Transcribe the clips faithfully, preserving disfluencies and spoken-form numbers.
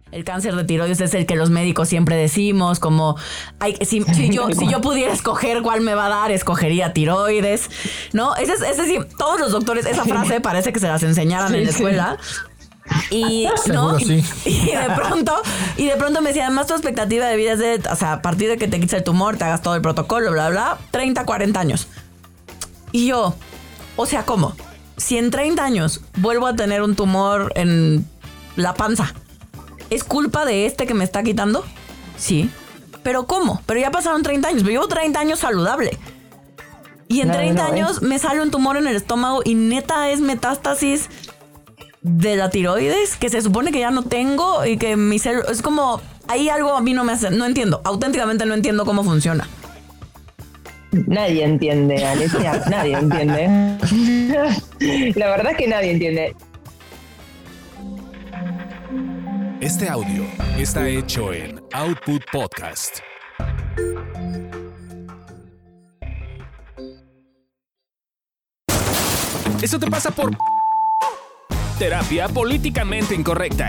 El cáncer de tiroides es el que los médicos siempre decimos, como ay, si, si, yo, si yo pudiera escoger cuál me va a dar, escogería tiroides, ¿no? Ese es, ese sí, todos los doctores, esa frase parece que se las enseñaran sí, en la escuela. Y, ¿no? Sí. y, y de pronto, y de pronto me decía, además tu expectativa de vida es de, o sea, a partir de que te quites el tumor, te hagas todo el protocolo, bla, bla, treinta, cuarenta años. Y yo, o sea, ¿cómo? Si en treinta años vuelvo a tener un tumor en la panza, ¿es culpa de este que me está quitando? Sí. ¿Pero cómo? Pero ya pasaron treinta años. Pero llevo treinta años saludable. Y en no, treinta no, años eh. me sale un tumor en el estómago y neta es metástasis de la tiroides que se supone que ya no tengo y que mi célula... Es como... Ahí algo a mí no me hace... No entiendo. Auténticamente no entiendo cómo funciona. Nadie entiende, Alesia. Nadie entiende. La verdad es que nadie entiende. Este audio está hecho en Output Podcast. Eso te pasa por terapia políticamente incorrecta.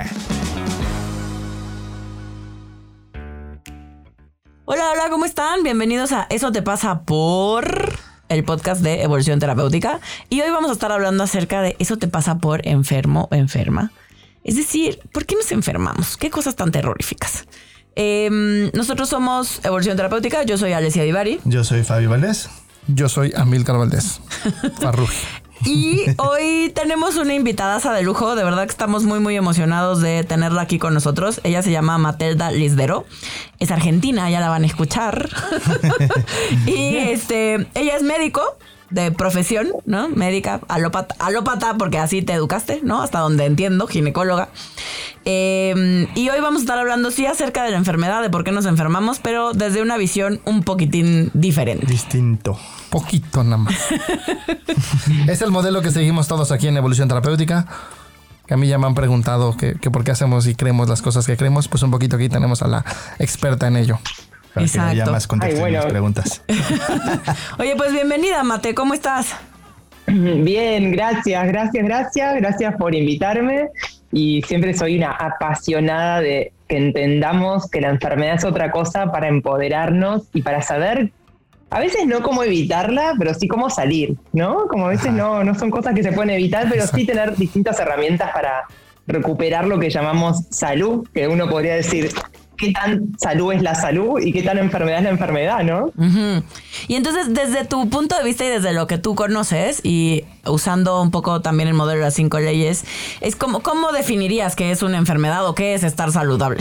Hola, hola, ¿cómo están? Bienvenidos a Eso te pasa por el podcast de Evolución Terapéutica. Y hoy vamos a estar hablando acerca de eso te pasa por enfermo o enferma. Es decir, ¿por qué nos enfermamos? ¿Qué cosas tan terroríficas? Eh, nosotros somos Evolución Terapéutica. Yo soy Alesia Divari. Yo soy Fabio Valdés. Yo soy Amílcar Valdés. Farruji. Y hoy tenemos una invitadaza de lujo. De verdad que estamos muy, muy emocionados de tenerla aquí con nosotros. Ella se llama Matelda Lisdero. Es argentina, ya la van a escuchar. Y este, ella es médico de profesión, ¿no? Médica, alópata, alópata, porque así te educaste, ¿no? Hasta donde entiendo, ginecóloga. Eh, y hoy vamos a estar hablando, sí, acerca de la enfermedad, de por qué nos enfermamos, pero desde una visión un poquitín diferente. Distinto. Poquito nada más. Es el modelo que seguimos todos aquí en Evolución Terapéutica. Que a mí ya me han preguntado que, que por qué hacemos y creemos las cosas que creemos. Pues un poquito aquí tenemos a la experta en ello. Para exacto. Que haya más contexto en las preguntas. Oye, pues bienvenida, Mate. ¿Cómo estás? Bien, gracias, gracias, gracias. Gracias por invitarme. Y siempre soy una apasionada de que entendamos que la enfermedad es otra cosa para empoderarnos y para saber, a veces no cómo evitarla, pero sí cómo salir, ¿no? Como a veces no, no son cosas que se pueden evitar, pero sí tener distintas herramientas para recuperar lo que llamamos salud, que uno podría decir qué tan salud es la salud y qué tan enfermedad es la enfermedad, ¿no? Uh-huh. Y entonces, desde tu punto de vista y desde lo que tú conoces, y usando un poco también el modelo de las cinco leyes, es como, ¿cómo definirías qué es una enfermedad o qué es estar saludable?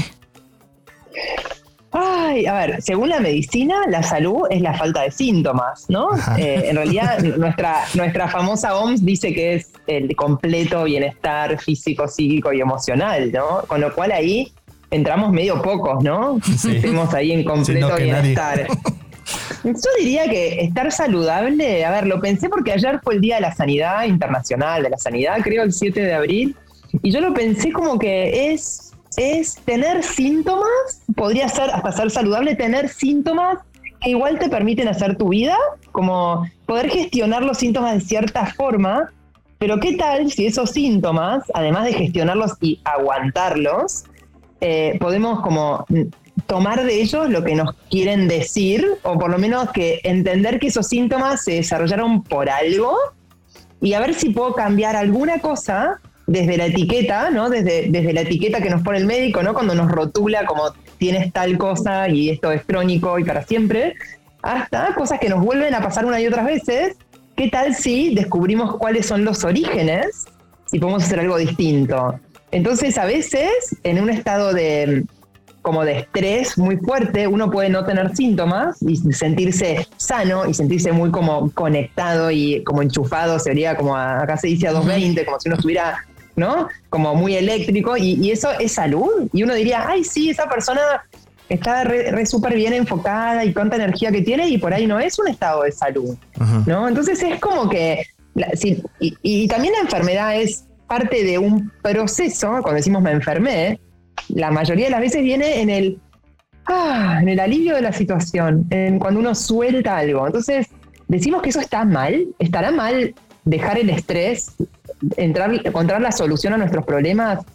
Ay, a ver, según la medicina, la salud es la falta de síntomas, ¿no? Eh, en realidad, nuestra, nuestra famosa O M S dice que es el completo bienestar físico, psíquico y emocional, ¿no? Con lo cual ahí entramos medio pocos, ¿no? Sí. Estemos ahí en completo sí, no bienestar. Yo diría que estar saludable, a ver, lo pensé porque ayer fue el Día de la Sanidad Internacional, de la Sanidad, creo el siete de abril, y yo lo pensé como que es, es tener síntomas, podría ser hasta ser saludable, tener síntomas que igual te permiten hacer tu vida, como poder gestionar los síntomas de cierta forma, pero ¿qué tal si esos síntomas, además de gestionarlos y aguantarlos, Eh, podemos como tomar de ellos lo que nos quieren decir, o por lo menos que entender que esos síntomas se desarrollaron por algo, y a ver si puedo cambiar alguna cosa desde la etiqueta, ¿no? Desde, desde la etiqueta que nos pone el médico, ¿no? Cuando nos rotula como tienes tal cosa y esto es crónico y para siempre, hasta cosas que nos vuelven a pasar una y otras veces. ¿Qué tal si descubrimos cuáles son los orígenes? Si podemos hacer algo distinto. Entonces, a veces, en un estado de como de estrés muy fuerte, uno puede no tener síntomas y sentirse sano y sentirse muy como conectado y como enchufado, sería como, a, acá se dice a doscientos veinte, como si uno estuviera, ¿no? Como muy eléctrico, y, y eso es salud. Y uno diría, ay, sí, esa persona está re, re súper bien enfocada y cuánta energía que tiene, y por ahí no es un estado de salud, uh-huh. ¿no? Entonces es como que, la, sí, y, y también la enfermedad es parte de un proceso. Cuando decimos me enfermé, la mayoría de las veces viene en el, ah, en el alivio de la situación, en cuando uno suelta algo. Entonces, decimos que eso está mal. ¿Estará mal dejar el estrés, entrar, encontrar la solución a nuestros problemas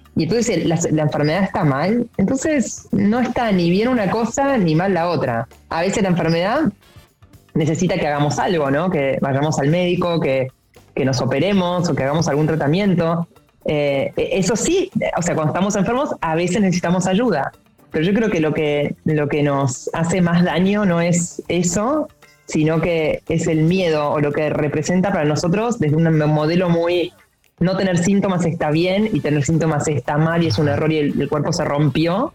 y entonces la, la enfermedad está mal, entonces no está ni bien una cosa ni mal la otra. A veces la enfermedad necesita que hagamos algo, ¿no? Que vayamos al médico, que, que nos operemos o que hagamos algún tratamiento. Eh, eso sí, o sea, cuando estamos enfermos a veces necesitamos ayuda, pero yo creo que lo que, lo que nos hace más daño no es eso, sino que es el miedo o lo que representa para nosotros desde un modelo muy... No tener síntomas está bien y tener síntomas está mal y es un error y el, el cuerpo se rompió.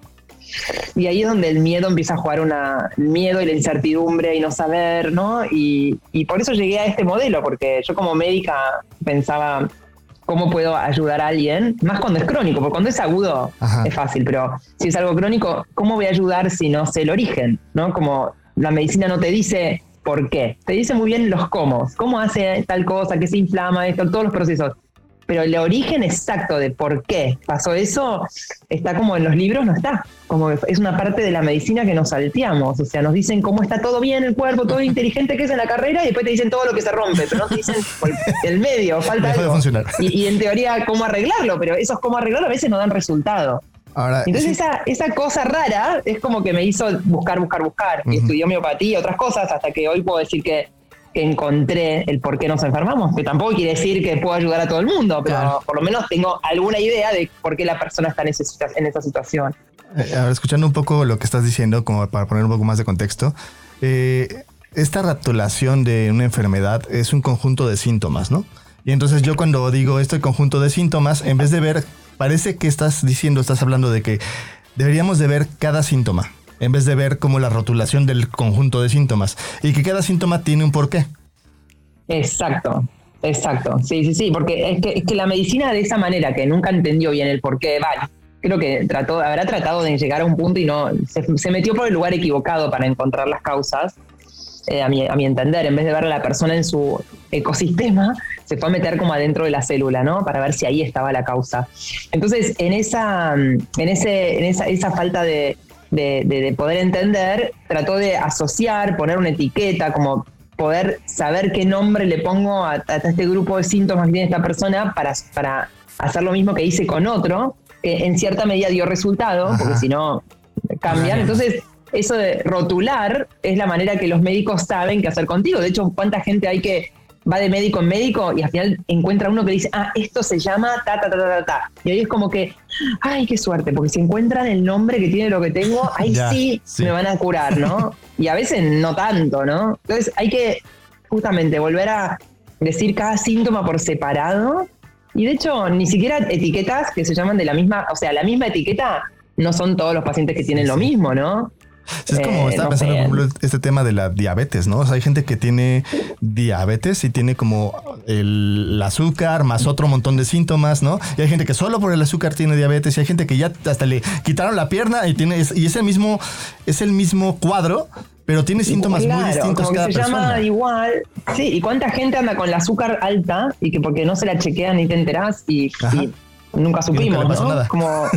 Y ahí es donde el miedo empieza a jugar una... El miedo y la incertidumbre y no saber, ¿no? Y, y por eso llegué a este modelo, porque yo como médica pensaba cómo puedo ayudar a alguien, más cuando es crónico, porque cuando es agudo Ajá. es fácil, pero si es algo crónico, ¿cómo voy a ayudar si no sé el origen? ¿No? Como la medicina no te dice por qué, te dice muy bien los cómo, cómo hace tal cosa, qué se inflama, esto, todos los procesos. Pero el origen exacto de por qué pasó eso está como en los libros, no está. Como es una parte de la medicina que nos salteamos. O sea, nos dicen cómo está todo bien el cuerpo, todo inteligente que es en la carrera y después te dicen todo lo que se rompe, pero no te dicen el medio, falta algo. Funcionar. Y, y en teoría cómo arreglarlo, pero esos cómo arreglarlo a veces no dan resultado. Ahora, Entonces sí. esa, esa cosa rara es como que me hizo buscar, buscar, buscar. Uh-huh. Y estudié homeopatía y otras cosas hasta que hoy puedo decir que que encontré el por qué nos enfermamos, que tampoco quiere decir que puedo ayudar a todo el mundo, pero claro. por lo menos tengo alguna idea de por qué la persona está en, ese, en esa situación. Eh, ahora, escuchando un poco lo que estás diciendo, como para poner un poco más de contexto, eh, esta rotulación de una enfermedad es un conjunto de síntomas, ¿no? Y entonces yo cuando digo este conjunto de síntomas, en vez de ver, parece que estás diciendo, estás hablando de que deberíamos de ver cada síntoma, en vez de ver como la rotulación del conjunto de síntomas y que cada síntoma tiene un porqué. Exacto, exacto. Sí, sí, sí, porque es que, es que la medicina de esa manera, que nunca entendió bien el porqué, vale, creo que trató, habrá tratado de llegar a un punto y no se, se metió por el lugar equivocado para encontrar las causas, eh, a, mi, a mi entender, en vez de ver a la persona en su ecosistema, se fue a meter como adentro de la célula, ¿no? Para ver si ahí estaba la causa. Entonces, en esa, en ese, en esa, esa falta de De, de, de poder entender, trató de asociar, poner una etiqueta, como poder saber qué nombre le pongo a, a este grupo de síntomas que tiene esta persona para, para hacer lo mismo que hice con otro, que en cierta medida dio resultado, Ajá. porque si no cambian. Entonces, eso de rotular es la manera que los médicos saben qué hacer contigo. De hecho, ¿cuánta gente hay que va de médico en médico y al final encuentra uno que dice, ah, esto se llama ta, ta, ta, ta, ta? Y ahí es como que, ay, qué suerte, porque si encuentran el nombre que tiene lo que tengo, ahí ya, sí, sí me van a curar, ¿no? Y a veces no tanto, ¿no? Entonces hay que justamente volver a decir cada síntoma por separado. Y de hecho, ni siquiera etiquetas que se llaman de la misma, o sea, la misma etiqueta no son todos los pacientes que tienen sí, lo sí. mismo, ¿no? Sí, es como, eh, estaba no pensando, sé. por ejemplo, este tema de la diabetes, ¿no? O sea, hay gente que tiene diabetes y tiene como el, el azúcar más otro montón de síntomas, ¿no? Y hay gente que solo por el azúcar tiene diabetes y hay gente que ya hasta le quitaron la pierna y tiene y es el mismo, es el mismo cuadro, pero tiene síntomas claro, muy distintos como cada que se persona. Llama igual. Sí, y cuánta gente anda con el azúcar alta y que porque no se la chequean ni te enterás y, y nunca supimos, y nunca le pasó ¿no? Nada. Como...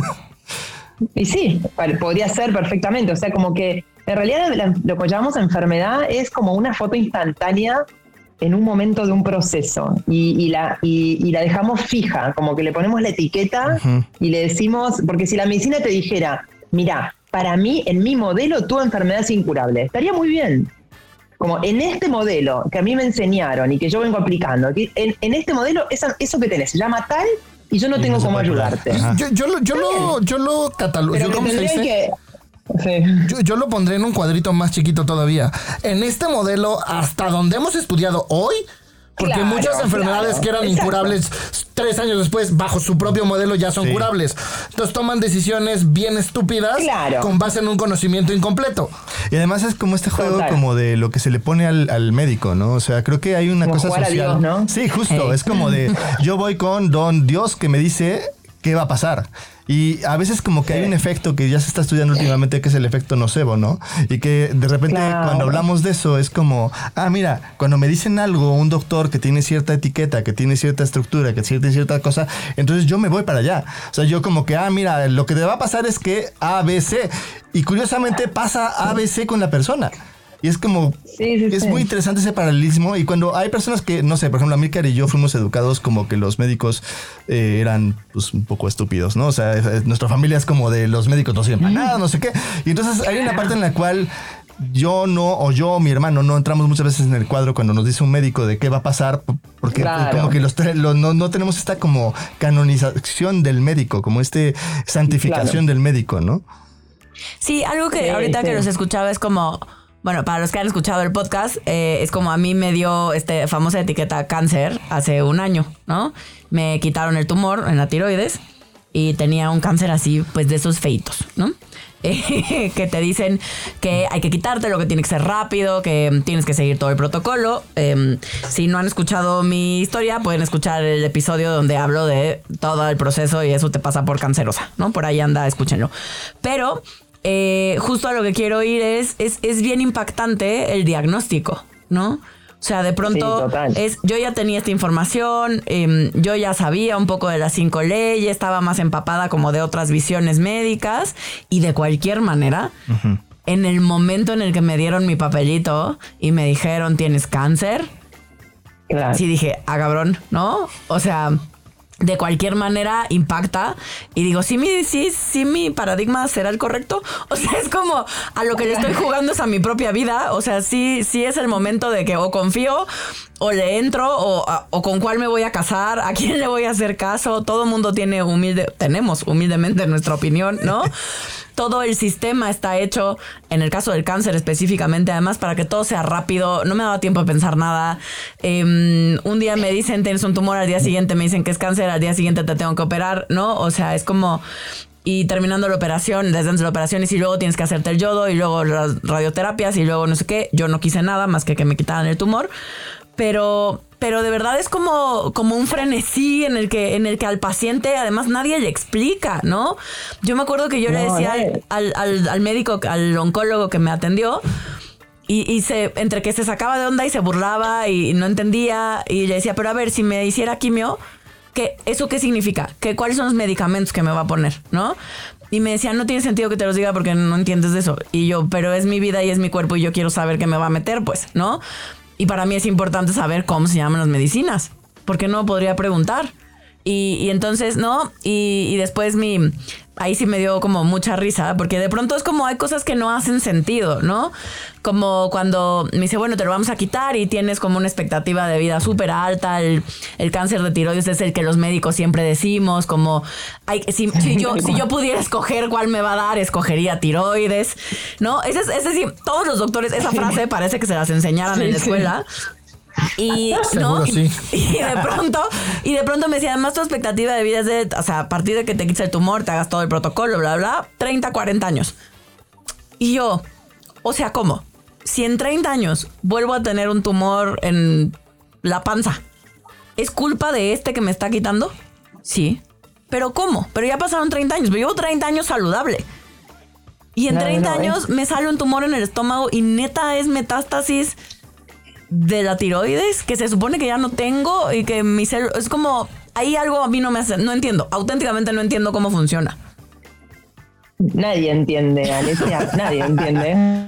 Y sí, podría ser perfectamente. O sea, como que en realidad la, lo que llamamos enfermedad es como una foto instantánea en un momento de un proceso y, y, la, y, y la dejamos fija, como que le ponemos la etiqueta uh-huh. y le decimos, porque si la medicina te dijera, mira, para mí, en mi modelo, tu enfermedad es incurable, estaría muy bien. Como en este modelo que a mí me enseñaron y que yo vengo aplicando, que en, en este modelo, esa, eso que tenés se llama tal y yo no tengo no cómo ayudarte. Yo, yo, lo, yo, lo, yo lo catalogo. ¿Cómo se dice? Que, sí. yo, yo lo pondré en un cuadrito más chiquito todavía. En este modelo, hasta donde hemos estudiado hoy, porque claro, muchas enfermedades claro, que eran exacto. incurables tres años después, bajo su propio modelo, ya son sí. curables. Entonces toman decisiones bien estúpidas claro. con base en un conocimiento incompleto. Y además es como este juego Total. como de lo que se le pone al, al médico, ¿no? O sea, creo que hay una como cosa social. Dios, ¿no? Sí, justo. Hey. Es como de yo voy con don Dios que me dice qué va a pasar. Y a veces como que hay un efecto que ya se está estudiando últimamente, que es el efecto nocebo, ¿no? Y que de repente claro. cuando hablamos de eso es como, ah, mira, cuando me dicen algo, un doctor que tiene cierta etiqueta, que tiene cierta estructura, que tiene cierta cosa, entonces yo me voy para allá. O sea, yo como que, ah, mira, lo que te va a pasar es que A, B, C. Y curiosamente pasa A, B, C con la persona. Y es como, sí, sí, es sí. muy interesante ese paralelismo. Y cuando hay personas que, no sé, por ejemplo, Amílcar y yo fuimos educados como que los médicos eh, eran pues un poco estúpidos, ¿no? O sea, es, es, nuestra familia es como de los médicos no sirven para nada, no sé qué. Y entonces hay una parte en la cual yo no, o yo o mi hermano no entramos muchas veces en el cuadro cuando nos dice un médico de qué va a pasar, porque claro. como que los lo, no, no tenemos esta como canonización del médico, como este santificación claro. del médico, ¿no? Sí, algo que sí, ahorita sí. que los escuchaba es como, bueno, para los que han escuchado el podcast, eh, es como a mí me dio este famosa etiqueta cáncer hace un año, ¿no? Me quitaron el tumor en la tiroides y tenía un cáncer así, pues de esos feitos, ¿no? Eh, que te dicen que hay que quitártelo, que tiene que ser rápido, que tienes que seguir todo el protocolo. Eh, si no han escuchado mi historia, pueden escuchar el episodio donde hablo de todo el proceso y eso te pasa por cancerosa, ¿no? Por ahí anda, escúchenlo. Pero eh, justo a lo que quiero ir es, es, es bien impactante el diagnóstico, ¿no? O sea, de pronto sí, es, yo ya tenía esta información, eh, yo ya sabía un poco de las cinco leyes, estaba más empapada como de otras visiones médicas y de cualquier manera, uh-huh. en el momento en el que me dieron mi papelito y me dijeron tienes cáncer, claro. sí dije, ah cabrón, ¿no? O sea, de cualquier manera impacta y digo, sí mi, sí, sí mi paradigma será el correcto. O sea, es como a lo que le estoy jugando es a mi propia vida. O sea, sí, sí es el momento de que o confío o le entro o, o con cuál me voy a casar, a quién le voy a hacer caso. Todo mundo tiene humilde, tenemos humildemente nuestra opinión, ¿no? Todo el sistema está hecho, en el caso del cáncer específicamente, además, para que todo sea rápido. No me daba tiempo de pensar nada. Eh, un día me dicen tienes un tumor, al día siguiente me dicen que es cáncer, al día siguiente te tengo que operar, ¿no? O sea, es como... Y terminando la operación, desde antes de la operación, y si luego tienes que hacerte el yodo, y luego las radioterapias, y luego no sé qué. Yo no quise nada más que que me quitaran el tumor. Pero... Pero de verdad es como, como un frenesí en el que en el que al paciente además nadie le explica, ¿no? Yo me acuerdo que yo no, le decía no. al, al, al médico, al oncólogo que me atendió, y, y se entre que se sacaba de onda y se burlaba y no entendía, y le decía, pero a ver, si me hiciera quimio, ¿qué, ¿eso qué significa? ¿Qué, ¿Cuáles son los medicamentos que me va a poner? ¿No? Y me decía, no tiene sentido que te los diga porque no entiendes de eso. Y yo, pero es mi vida y es mi cuerpo y yo quiero saber qué me va a meter, pues, ¿no? Y para mí es importante saber cómo se llaman las medicinas, porque no podría preguntar. Y, y entonces, ¿no? Y, y después mi... Ahí sí me dio como mucha risa, porque de pronto es como hay cosas que no hacen sentido, ¿no? Como cuando me dice, bueno, te lo vamos a quitar y tienes como una expectativa de vida súper alta. El, el cáncer de tiroides es el que los médicos siempre decimos, como... Hay, si, si, yo, si yo pudiera escoger cuál me va a dar, escogería tiroides, ¿no? Ese es, ese sí, todos los doctores, esa frase parece que se las enseñaran sí, en la escuela. Y Seguro, no sí. y de pronto y de pronto me decía, además tu expectativa de vida es de, o sea, a partir de que te quites el tumor, te hagas todo el protocolo, bla, bla, treinta, cuarenta años. Y yo, o sea, ¿cómo? Si en treinta años vuelvo a tener un tumor en la panza, ¿es culpa de este que me está quitando? Sí. ¿Pero cómo? Pero ya pasaron treinta años, pero llevo treinta años saludable. Y en no, treinta no, años eh. me sale un tumor en el estómago y neta es metástasis de la tiroides, que se supone que ya no tengo y que mi célula... Es como... Ahí algo a mí no me hace... No entiendo. Auténticamente no entiendo cómo funciona. Nadie entiende, Alesia. Nadie entiende.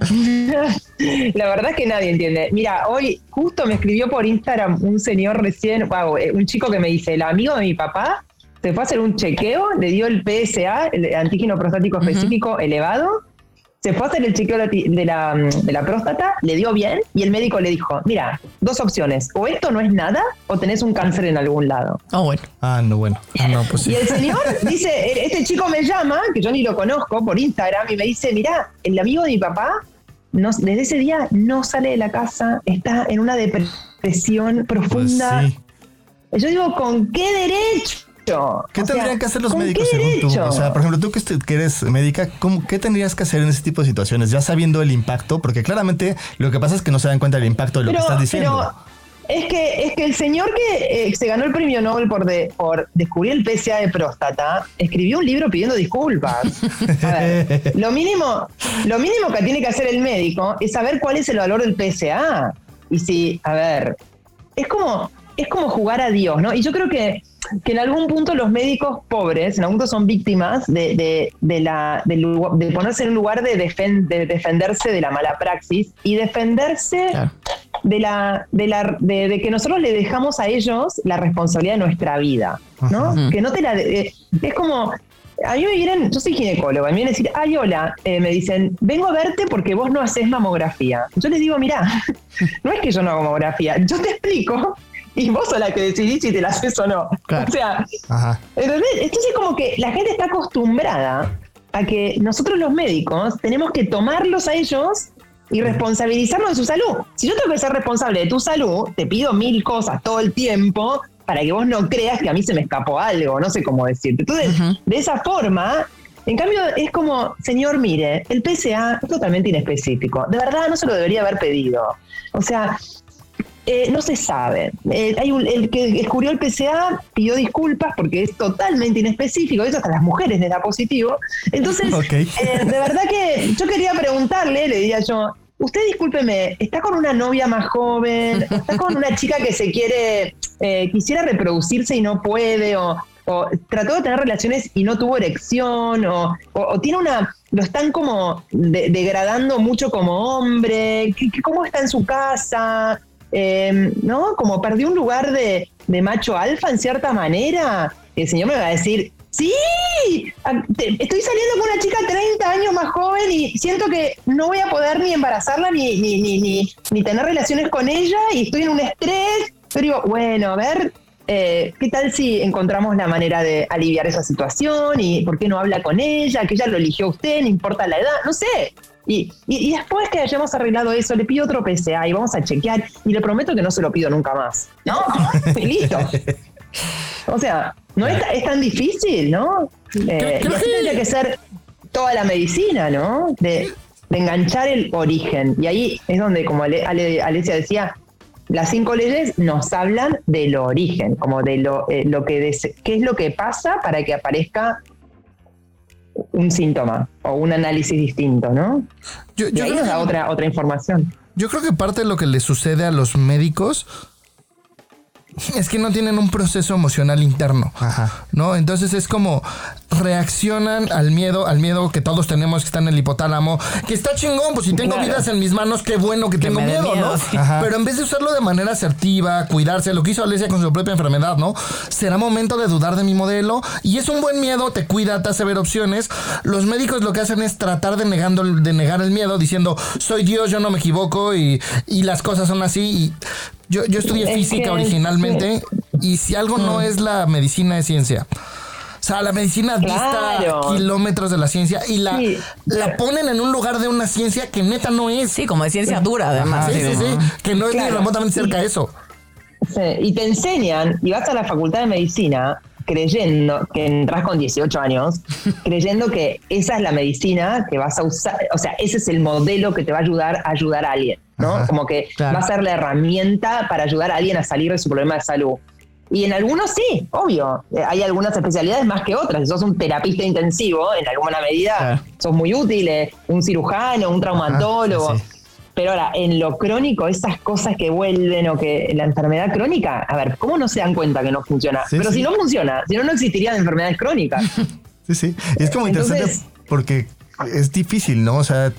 La verdad es que nadie entiende. Mira, hoy justo me escribió por Instagram un señor recién... Wow, un chico que me dice, el amigo de mi papá se fue a hacer un chequeo, le dio el P S A, el antígeno prostático específico uh-huh. elevado. Se fue a hacer el chequeo de la, de la próstata, le dio bien y el médico le dijo, mira, dos opciones, o esto no es nada o tenés un cáncer en algún lado. Ah, oh, bueno. Ah, no, bueno. Ah, no, pues sí. Y el señor dice, este chico me llama, que yo ni lo conozco, por Instagram, y me dice, mira, el amigo de mi papá, no, desde ese día no sale de la casa, está en una depresión profunda. Pues sí. Yo digo, ¿con qué derecho? ¿Qué o tendrían sea, que hacer los médicos según tú? O sea, por ejemplo, tú que, que eres médica, ¿cómo, ¿qué tendrías que hacer en ese tipo de situaciones? Ya sabiendo el impacto, porque claramente lo que pasa es que no se dan cuenta del impacto de lo pero, que estás diciendo. Pero es que, es que el señor que eh, se ganó el premio Nobel por, de, por descubrir el P S A de próstata, escribió un libro pidiendo disculpas. A ver, lo mínimo, lo mínimo que tiene que hacer el médico es saber cuál es el valor del P S A. Y si, a ver, es como, es como jugar a Dios, ¿no? Y yo creo que que en algún punto los médicos pobres, en algún punto son víctimas de, de, de, la, de, de ponerse en un lugar de, defen, de defenderse de la mala praxis y defenderse claro. de, la, de, la, de, de que nosotros le dejamos a ellos la responsabilidad de nuestra vida, ¿no? Uh-huh. Que no te la... Eh, es como... A mí me vienen, yo soy ginecóloga, me vienen a decir, ay, hola, eh, me dicen, vengo a verte porque vos no haces mamografía. Yo les digo, mirá, no es que yo no hago mamografía, yo te explico y vos sos la que decidís si te la haces o no. Claro. O sea, Ajá. ¿entendés? Entonces como que la gente está acostumbrada a que nosotros los médicos tenemos que tomarlos a ellos y responsabilizarnos de su salud. Si yo tengo que ser responsable de tu salud, te pido mil cosas todo el tiempo para que vos no creas que a mí se me escapó algo, no sé cómo decirte. Entonces, uh-huh. de esa forma, en cambio, es como, señor, mire, el P C A es totalmente inespecífico. De verdad, no se lo debería haber pedido. O sea, eh, no se sabe. Eh, hay un, el que descubrió el P C A pidió disculpas porque es totalmente inespecífico. Eso hasta las mujeres les da positivo. Entonces, okay. eh, de verdad que yo quería preguntarle, le diría yo, usted, discúlpeme, ¿está con una novia más joven? ¿Está con una chica que se quiere, eh, quisiera reproducirse y no puede? O, o trató de tener relaciones y no tuvo erección? O, o, o tiene una, lo están como de, degradando mucho como hombre? ¿Qué, qué, ¿Cómo está en su casa? Eh, ¿No? Como perdió un lugar de, de macho alfa en cierta manera. El señor me va a decir... Sí, estoy saliendo con una chica treinta años más joven y siento que no voy a poder ni embarazarla ni, ni, ni, ni, ni tener relaciones con ella y estoy en un estrés. Pero digo, bueno, a ver, eh, ¿qué tal si encontramos la manera de aliviar esa situación? ¿Y por qué no habla con ella? Que ella lo eligió a usted, no importa la edad, no sé. Y, y, y después que hayamos arreglado eso, le pido otro P C A y vamos a chequear y le prometo que no se lo pido nunca más. ¿No? Y listo. O sea, no es, es tan difícil, ¿no? Eh, y así tendría que ser toda la medicina, ¿no? De, de enganchar el origen. Y ahí es donde, como Ale, Ale, Alesia decía, las cinco leyes nos hablan del origen, como de lo, eh, lo que des, qué es lo que pasa para que aparezca un síntoma o un análisis distinto, ¿no? Yo, yo y ahí nos da otra, otra información. Yo creo que parte de lo que le sucede a los médicos es que no tienen un proceso emocional interno. Ajá. ¿No? Entonces es como reaccionan al miedo, al miedo que todos tenemos que está en el hipotálamo, que está chingón, pues si tengo claro. vidas en mis manos, qué bueno que, que tengo miedo, miedo, ¿no? Sí. Pero en vez de usarlo de manera asertiva, cuidarse, lo que hizo Alesia con su propia enfermedad, ¿no? Será momento de dudar de mi modelo y es un buen miedo, te cuida, te hace ver opciones. Los médicos lo que hacen es tratar de, negando, de negar el miedo, diciendo, soy Dios, yo no me equivoco y, y las cosas son así y... Yo, yo estudié es física que, originalmente sí. y si algo mm. no es la medicina es ciencia. O sea, la medicina dista claro. kilómetros de la ciencia y la, sí. la ponen en un lugar de una ciencia que neta no es. Sí, como de ciencia dura además. Ajá, sí, sí, sí, que no es claro. ni remotamente cerca de eso. Sí. Y te enseñan, y vas a la facultad de medicina creyendo que entras con dieciocho años, creyendo que esa es la medicina que vas a usar, o sea, ese es el modelo que te va a ayudar a ayudar a alguien, ¿no? Ajá, como que claro. va a ser la herramienta para ayudar a alguien a salir de su problema de salud. Y en algunos sí, obvio, hay algunas especialidades más que otras. Si sos un terapista intensivo, en alguna medida claro. sos muy útil, un cirujano, un traumatólogo. Ajá, sí. Pero ahora, en lo crónico, esas cosas que vuelven o que la enfermedad crónica, a ver, ¿cómo no se dan cuenta que no funciona? Sí, Pero sí. si no funciona, si no, no existirían enfermedades crónicas. Sí, sí. Y es como Entonces, interesante porque es difícil, ¿no? O sea,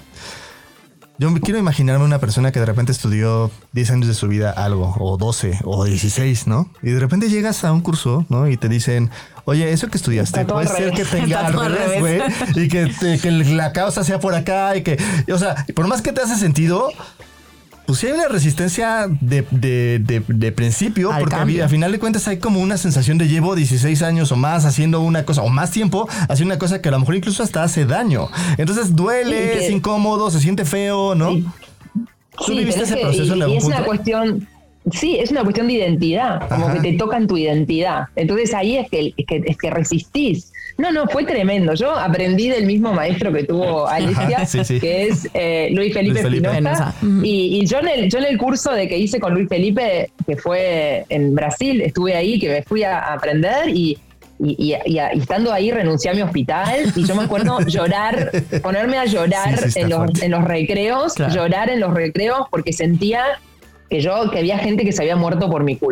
yo quiero imaginarme una persona que de repente estudió diez años de su vida algo, o doce, o dieciséis, ¿no? Y de repente llegas a un curso, ¿no? Y te dicen... Oye, eso que estudiaste puede ser que tenga al revés, güey, y que, te, que la causa sea por acá y que, o sea, por más que te hace sentido, pues sí hay una resistencia de, de, de, de principio, al porque cambio. A final de cuentas hay como una sensación de llevo dieciséis años o más haciendo una cosa, o más tiempo haciendo una cosa que a lo mejor incluso hasta hace daño. Entonces duele, sí, es incómodo, se siente feo, ¿no? Sí. ¿Tú sí, viviste ese proceso que, en algún y es punto? Una cuestión... Sí, es una cuestión de identidad, como Ajá. que te tocan tu identidad. Entonces ahí es que, es que, es que resistís. No, no, fue tremendo. Yo aprendí del mismo maestro que tuvo Alesia, sí, sí. que es eh, Luis Felipe Espinosa. Y, y yo, en el, yo en el curso de que hice con Luis Felipe, que fue en Brasil, estuve ahí, que me fui a aprender y... Y, y, y, y estando ahí renuncié a mi hospital y yo me acuerdo llorar, ponerme a llorar sí, sí, en, los, en los recreos, claro. llorar en los recreos porque sentía que yo, que había gente que se había muerto por mi culpa.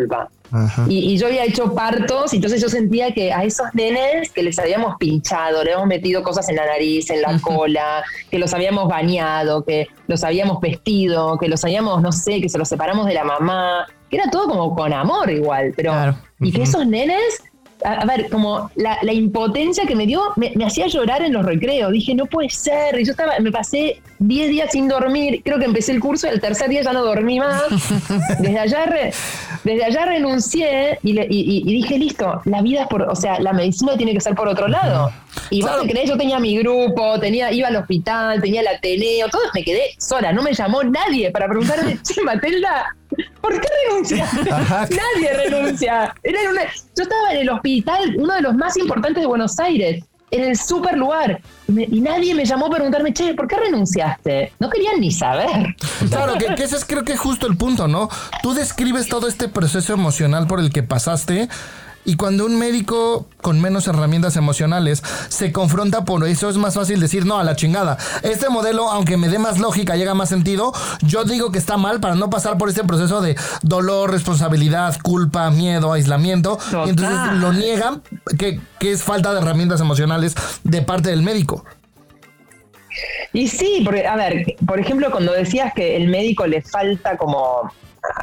Y, y yo había hecho partos, entonces yo sentía que a esos nenes que les habíamos pinchado, le habíamos metido cosas en la nariz, en la cola, que los habíamos bañado, que los habíamos vestido, que los habíamos, no sé, que se los separamos de la mamá, que era todo como con amor igual, pero claro. Y que esos nenes, a, a ver, como la, la impotencia que me dio, me, me hacía llorar en los recreos. Dije, no puede ser. Y yo estaba, me pasé diez días sin dormir. Creo que empecé el curso y el tercer día ya no dormí más. Desde allá, re, desde allá renuncié y, le, y, y dije, listo, la vida es por, o sea, la medicina tiene que ser por otro lado. Y vos claro. te creés, yo tenía mi grupo, tenía, iba al hospital, tenía el Ateneo, todo, me quedé sola, no me llamó nadie para preguntarme, che, Matelda, ¿por qué renunciaste? Nadie renuncia. Era una, yo estaba en el hospital, uno de los más importantes de Buenos Aires, en el super lugar, y, me, y nadie me llamó a preguntarme, che, ¿por qué renunciaste? No querían ni saber. Claro, que, que ese es creo que justo el punto, ¿no? Tú describes todo este proceso emocional por el que pasaste. Y cuando un médico con menos herramientas emocionales se confronta por eso, es más fácil decir, no, a la chingada. Este modelo, aunque me dé más lógica, llega más sentido, yo digo que está mal para no pasar por ese proceso de dolor, responsabilidad, culpa, miedo, aislamiento. Total. Y entonces lo niegan, que, que es falta de herramientas emocionales de parte del médico. Y sí, porque, a ver, por ejemplo, cuando decías que el médico le falta como...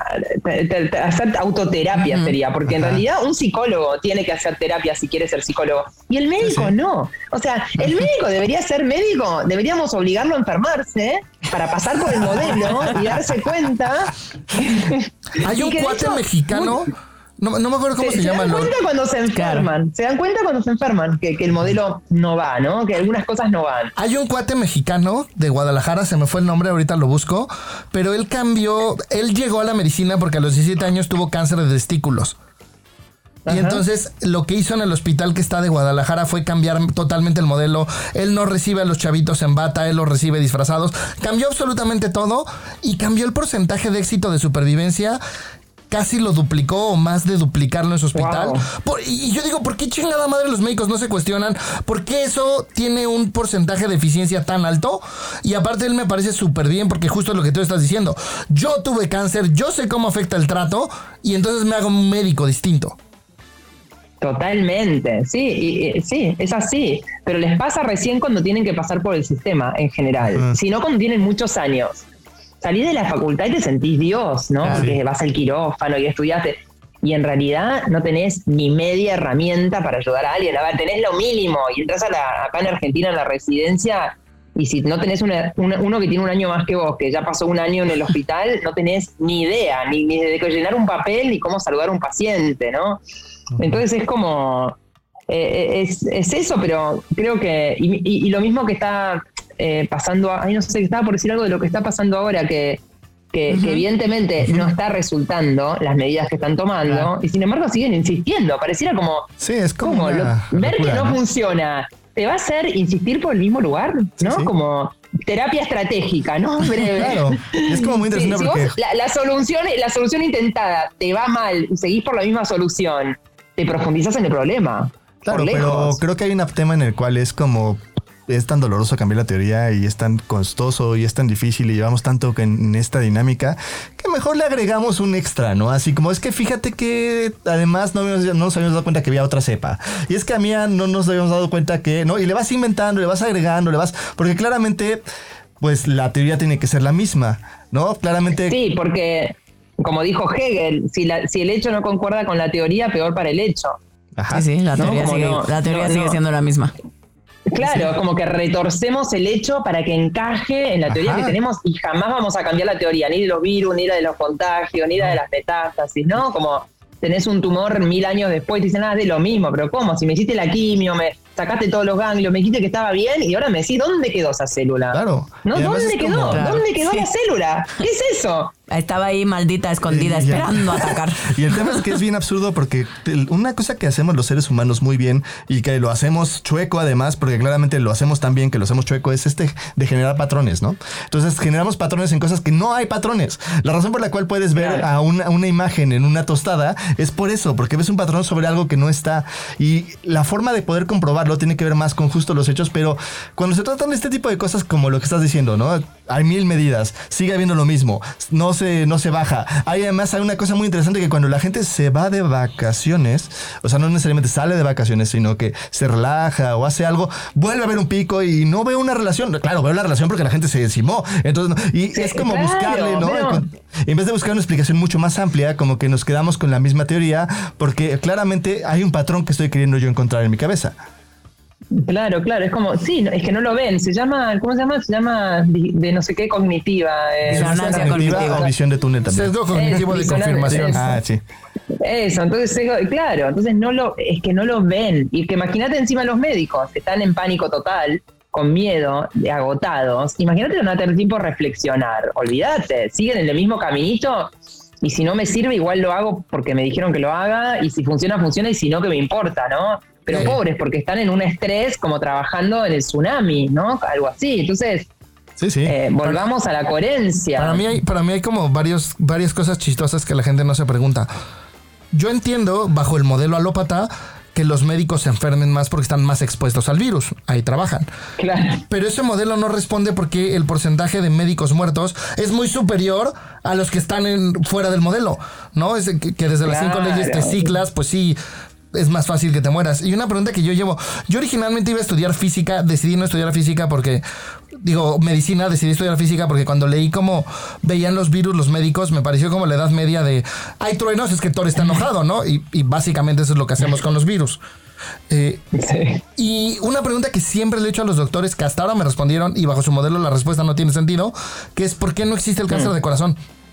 hacer autoterapia uh-huh. sería, porque uh-huh. en realidad un psicólogo tiene que hacer terapia si quiere ser psicólogo, y el médico sí, sí. no. O sea, el médico debería ser médico, deberíamos obligarlo a enfermarse para pasar por el modelo y darse cuenta. Hay un cuate hecho, mexicano... Muy... No, no me acuerdo cómo se, se, se llama. Se dan cuenta cuando se enferman. Claro. Se dan cuenta cuando se enferman que, que el modelo no va, ¿no? Que algunas cosas no van. Hay un cuate mexicano de Guadalajara, se me fue el nombre, ahorita lo busco, pero él cambió, él llegó a la medicina porque a los diecisiete años tuvo cáncer de testículos. Ajá. Y entonces lo que hizo en el hospital que está de Guadalajara fue cambiar totalmente el modelo. Él no recibe a los chavitos en bata, él los recibe disfrazados. Cambió absolutamente todo y cambió el porcentaje de éxito de supervivencia. Casi lo duplicó o más de duplicarlo en su hospital. Wow. Por, y yo digo, ¿por qué chingada madre los médicos no se cuestionan? ¿Por qué eso tiene un porcentaje de eficiencia tan alto? Y aparte él me parece súper bien porque justo es lo que tú estás diciendo. Yo tuve cáncer, yo sé cómo afecta el trato y entonces me hago un médico distinto. Totalmente, sí, y, y, sí, es así. Pero les pasa recién cuando tienen que pasar por el sistema en general. Uh-huh. Si no, cuando tienen muchos años. Salís de la facultad y te sentís Dios, ¿no? Claro. Porque vas al quirófano y estudiaste. Y en realidad no tenés ni media herramienta para ayudar a alguien. A ver, tenés lo mínimo. Y entras a la, acá en Argentina en la residencia y si no tenés una, una, uno que tiene un año más que vos, que ya pasó un año en el hospital, no tenés ni idea, ni, ni de llenar un papel, ni cómo saludar a un paciente, ¿no? Entonces es como... Eh, es, es eso, pero creo que... Y, y, y lo mismo que está... Eh, pasando, ay no sé, estaba por decir algo de lo que está pasando ahora, que, que, uh-huh. que evidentemente uh-huh. no está resultando las medidas que están tomando, claro. y sin embargo siguen insistiendo, pareciera como, sí, es como, como una lo, ver locura, que no, ¿no? funciona, te va a hacer insistir por el mismo lugar, ¿no? Sí, sí. Como terapia estratégica, ¿no? Breve. Claro, es como muy interesante sí, porque... Si vos, la, la, solución, la solución intentada te va mal y seguís por la misma solución, te profundizas en el problema. Claro, pero creo que hay un tema en el cual es como... Es tan doloroso cambiar la teoría y es tan costoso y es tan difícil y llevamos tanto en esta dinámica que mejor le agregamos un extra, ¿no? Así como es que fíjate que además no, no nos habíamos dado cuenta que había otra cepa. Y es que a mí no nos habíamos dado cuenta que, ¿no? Y le vas inventando, le vas agregando, le vas... Porque claramente, pues la teoría tiene que ser la misma, ¿no? Claramente... Sí, porque como dijo Hegel, si, la, si el hecho no concuerda con la teoría, peor para el hecho. Ajá. Sí, sí, la teoría, ¿no? sigue, no, la teoría no, sigue siendo no. la misma. Claro, sí. como que retorcemos el hecho para que encaje en la teoría Ajá. que tenemos y jamás vamos a cambiar la teoría, ni de los virus, ni la de los contagios, ni la de las metástasis, ¿no? Como tenés un tumor mil años después y te dicen, nada, ah, es de lo mismo, pero ¿cómo? Si me hiciste la quimio, me sacaste todos los ganglios, me dijiste que estaba bien y ahora me decís, ¿dónde quedó esa célula? Claro. ¿No? ¿Dónde quedó? Como... Claro. ¿Dónde quedó sí. la célula? ¿Qué es eso? Estaba ahí maldita, escondida, y, esperando a atacar. Y el tema es que es bien absurdo porque una cosa que hacemos los seres humanos muy bien y que lo hacemos chueco además, porque claramente lo hacemos tan bien que lo hacemos chueco, es este de generar patrones, ¿no? Entonces generamos patrones en cosas que no hay patrones. La razón por la cual puedes ver claro. a una, una imagen en una tostada es por eso, porque ves un patrón sobre algo que no está. Y la forma de poder comprobarlo interpretarlo, tiene que ver más con justo los hechos, pero cuando se tratan de este tipo de cosas como lo que estás diciendo, ¿no? Hay mil medidas, sigue habiendo lo mismo, no se, no se baja. Hay además hay una cosa muy interesante que cuando la gente se va de vacaciones, o sea, no necesariamente sale de vacaciones, sino que se relaja o hace algo, vuelve a haber un pico y no veo una relación. Claro, veo la relación porque la gente se decimó. Entonces, y sí, es como claro, buscarle, ¿no? Pero... En vez de buscar una explicación mucho más amplia, como que nos quedamos con la misma teoría, porque claramente hay un patrón que estoy queriendo yo encontrar en mi cabeza. Claro, claro, es como, sí, es que no lo ven, se llama, ¿cómo se llama? Se llama de, de no sé qué cognitiva. Eh, disonancia cognitiva o visión de túnel también. Sesgo cognitivo es, de confirmación. Eso. Ah, sí. Eso, entonces, claro, entonces no lo, es que no lo ven. Y que imagínate encima los médicos, están en pánico total, con miedo, de agotados. Imagínate no tener tiempo a reflexionar, olvídate, siguen en el mismo caminito. Y si no me sirve, igual lo hago porque me dijeron que lo haga, y si funciona, funciona, y si no, que me importa, ¿no? Pero sí. Pobres, porque están en un estrés como trabajando en el tsunami, ¿no? Algo así. Entonces, sí, sí. Eh, volvamos para, a la coherencia. Para mí hay, para mí hay como varios, varias cosas chistosas que la gente no se pregunta. Yo entiendo, bajo el modelo alópata, que los médicos se enfermen más porque están más expuestos al virus. Ahí trabajan. Claro. Pero ese modelo no responde porque el porcentaje de médicos muertos es muy superior a los que están en, fuera del modelo, ¿no? Es que, que desde las claro. cinco leyes te ciclas, pues sí, es más fácil que te mueras. Y una pregunta que yo llevo, yo originalmente iba a estudiar física, decidí no estudiar física porque, digo, medicina, decidí estudiar física porque cuando leí cómo veían los virus los médicos, me pareció como la edad media de, hay truenos, es que Thor está enojado, ¿no? Y, y básicamente eso es lo que hacemos con los virus. Eh, sí. Y una pregunta que siempre le he hecho a los doctores, que hasta ahora me respondieron, y bajo su modelo la respuesta no tiene sentido, que es ¿por qué no existe el cáncer de corazón?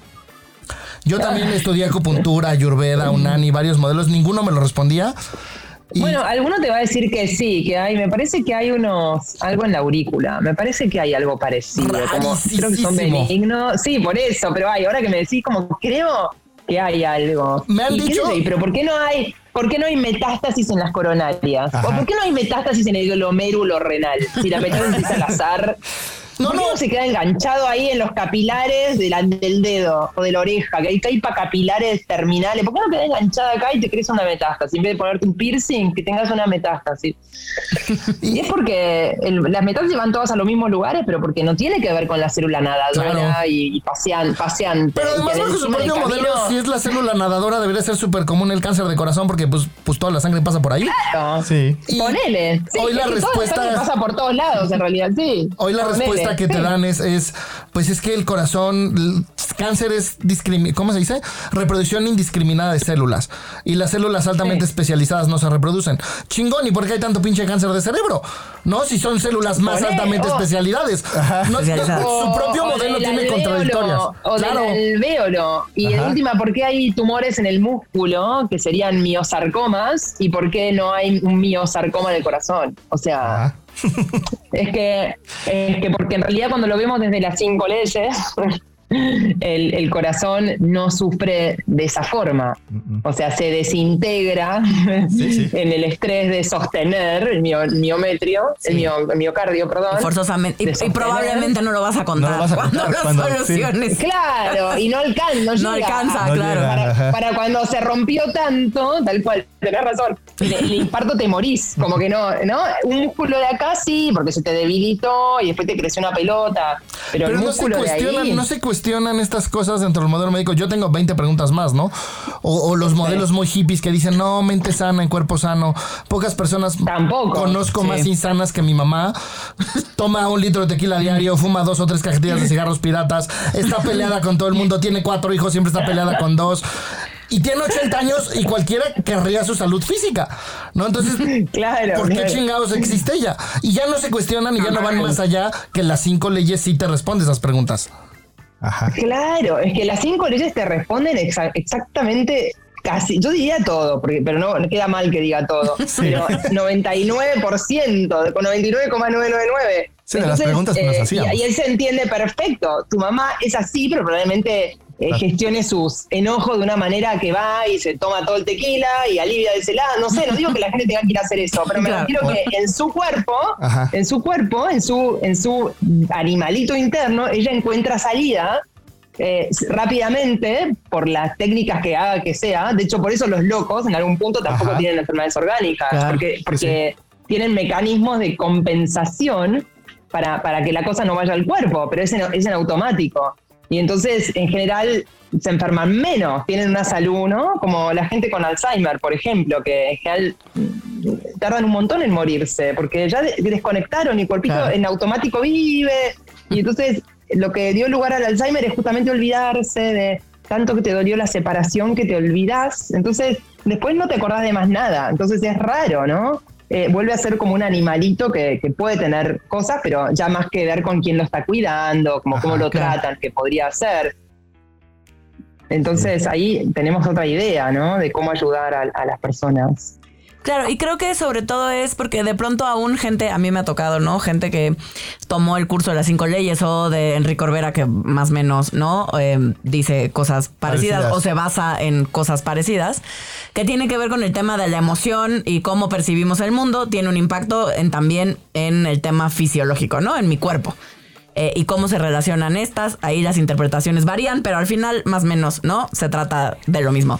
Yo también estudié acupuntura, ayurveda, unani, varios modelos, ninguno me lo respondía. Y bueno, alguno te va a decir que sí, que hay, me parece que hay unos, algo en la aurícula, me parece que hay algo parecido, como creo que son benignos, sí, por eso, pero hay, ahora que me decís, como creo que hay algo. Me han ¿Y dicho... qué sé, pero ¿por qué no hay, por qué no hay metástasis en las coronarias? Ajá. ¿O por qué no hay metástasis en el glomérulo renal? Si la metástasis es al azar... No, ¿Por qué no, no se queda enganchado ahí en los capilares de la, del dedo o de la oreja? Que hay caipa capilares terminales. ¿Por qué no queda enganchada acá y te crees una metástasis? En vez de ponerte un piercing, que tengas una metástasis. Y es porque el, las metástasis van todas a los mismos lugares, pero porque no tiene que ver con la célula nadadora claro. y, y pasean, paseante. Pero además, bajo su propio modelo, si es la célula nadadora, debería ser súper común el cáncer de corazón, porque pues, pues toda la sangre pasa por ahí. Claro. Sí. Y ponele. Sí, hoy la respuesta toda la pasa por todos lados, en realidad, sí. Hoy la ponele. respuesta que te dan es, es, pues es que el corazón, cáncer es, discrimi- ¿cómo se dice? Reproducción indiscriminada de células. Y las células altamente sí. especializadas no se reproducen. Chingón, ¿y por qué hay tanto pinche cáncer de cerebro? ¿No? Si son células más Poné, altamente oh. especialidades. No, o, su propio modelo tiene alvéolo, contradictorias. O claro. del alvéolo. Y Ajá. en última, ¿por qué hay tumores en el músculo que serían miosarcomas? ¿Y por qué no hay un miosarcoma en el corazón? O sea... Ajá. Es que, es que porque en realidad cuando lo vemos desde las cinco leyes, el, el corazón no sufre de esa forma. O sea, se desintegra sí, sí. en el estrés de sostener el, mio, el miometrio, sí. el, mio, el miocardio, perdón. Forzosamente. Y, y probablemente no lo vas a contar, no vas a contar cuando, cuando las soluciones. Sí. Claro, y no alcanza. No, no alcanza, no claro. Llega. Para, para cuando se rompió tanto, tal cual, tenés razón, el, el infarto te morís. Como que no, ¿no? Un músculo de acá sí, porque se te debilitó y después te creció una pelota. Pero, pero el no músculo se de ahí... no se cuestionan estas cosas dentro del modelo médico. Yo tengo veinte preguntas más, ¿no? O, o los modelos muy hippies que dicen, no, mente sana en cuerpo sano. Pocas personas Tampoco. conozco sí. más insanas que mi mamá. Toma un litro de tequila diario, fuma dos o tres cajetillas de cigarros piratas, está peleada con todo el mundo, tiene cuatro hijos, siempre está peleada con dos. Y tiene ochenta años y cualquiera querría su salud física, ¿no? Entonces, claro, ¿por qué claro. chingados existe ella? Y ya no se cuestionan y ya no van más allá que las cinco leyes sí te responden esas preguntas. Ajá. Claro, es que las cinco leyes te responden exa- exactamente casi, yo diría todo, porque, pero no, no queda mal que diga todo, sí. pero noventa y nueve por ciento, con noventa y nueve coma novecientos noventa y nueve. Sí, de las preguntas que nos eh, hacíamos. Y, y él se entiende perfecto. Tu mamá es así, pero probablemente eh, gestione sus enojos de una manera que va y se toma todo el tequila y alivia de ese lado. No sé, no digo que la gente tenga que ir a hacer eso, pero me claro. refiero que en su cuerpo, Ajá. en su cuerpo, en su, en su animalito interno, ella encuentra salida eh, rápidamente por las técnicas que haga que sea. De hecho, por eso los locos en algún punto tampoco Ajá. tienen enfermedades orgánicas, claro. porque, porque sí. tienen mecanismos de compensación para, para que la cosa no vaya al cuerpo, pero es en, es en automático. Y entonces, en general, se enferman menos, tienen una salud, ¿no? Como la gente con Alzheimer, por ejemplo, que en general tardan un montón en morirse, porque ya de- desconectaron y el cuerpito Claro. en automático vive. Y entonces, lo que dio lugar al Alzheimer es justamente olvidarse de tanto que te dolió la separación que te olvidás. Entonces, después no te acordás de más nada. Entonces, es raro, ¿no? Eh, vuelve a ser como un animalito que, que puede tener cosas, pero ya más que ver con quién lo está cuidando, como Ajá, cómo lo claro. tratan, que podría ser. Entonces ahí tenemos otra idea, ¿no? De cómo ayudar a, a las personas. Claro, y creo que sobre todo es porque de pronto aún gente, a mí me ha tocado, ¿no? Gente que tomó el curso de las cinco leyes o de Enrique Corbera, que más o menos, ¿no? Eh, dice cosas parecidas, Parecidas. o se basa en cosas parecidas, que tiene que ver con el tema de la emoción y cómo percibimos el mundo, tiene un impacto en, también en el tema fisiológico, ¿no? En mi cuerpo. Eh, y cómo se relacionan estas, ahí las interpretaciones varían, pero al final más o menos, ¿no? Se trata de lo mismo.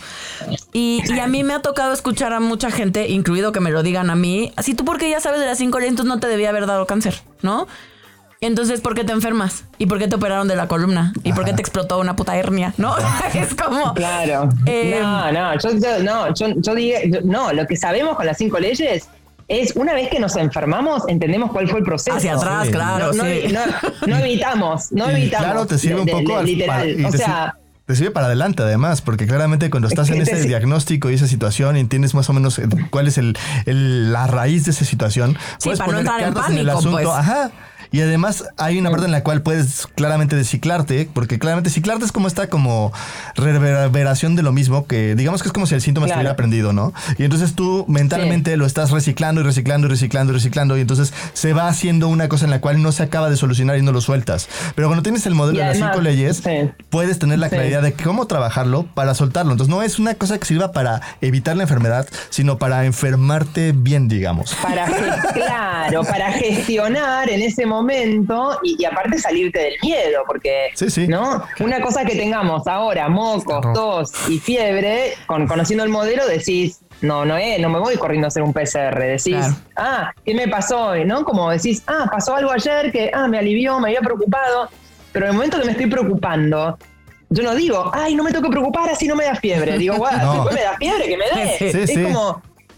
Y, y a mí me ha tocado escuchar a mucha gente, incluido que me lo digan a mí, así tú porque ya sabes de las cinco leyes, entonces no te debía haber dado cáncer, ¿no? Entonces, ¿por qué te enfermas? ¿Y por qué te operaron de la columna? ¿Y por qué te explotó una puta hernia? ¿No? Es como... Claro. Eh, no, no, yo, yo- no, yo, yo digo, yo- no, lo que sabemos con las cinco leyes es una vez que nos enfermamos, entendemos cuál fue el proceso. Hacia atrás, Sí. claro, No, no, sí. no, no evitamos, no Y evitamos. claro, te sirve un de- de- poco de- al- literal. para- y o te sea, sir- te sirve para adelante además, porque claramente cuando estás en que te ese sir- diagnóstico y esa situación y entiendes más o menos eh, cuál es el, el- la raíz de esa situación, Sí, puedes para no poner entrar en cartas en el pánico, asunto. pues. Ajá. Y además hay una parte en la cual puedes claramente deciclarte, porque claramente ciclarte es como esta como reverberación de lo mismo, que digamos que es como si el síntoma Claro. estuviera aprendido, ¿no? Y entonces tú mentalmente lo estás reciclando y reciclando y reciclando y reciclando y entonces se va haciendo una cosa en la cual no se acaba de solucionar y no lo sueltas. Pero cuando tienes el modelo Y de las además, cinco leyes, sí. puedes tener la Sí. claridad de cómo trabajarlo para soltarlo. Entonces no es una cosa que sirva para evitar la enfermedad, sino para enfermarte bien, digamos. para ge- claro, para gestionar en ese momento y, y aparte salirte del miedo, porque Sí, sí. ¿no? Una cosa que tengamos ahora, mocos, Claro. tos y fiebre, con, conociendo el modelo decís, no, no es, no me voy corriendo a hacer un P C R, decís, Claro. ah, ¿qué me pasó hoy? ¿No? Como decís, ah, pasó algo ayer que ah, me alivió, me había preocupado, pero en el momento que me estoy preocupando, yo no digo, ay, no me tengo que preocupar, así no me da fiebre. Digo, guau, No. después me da fiebre, que me dé. Sí, sí, es sí. como...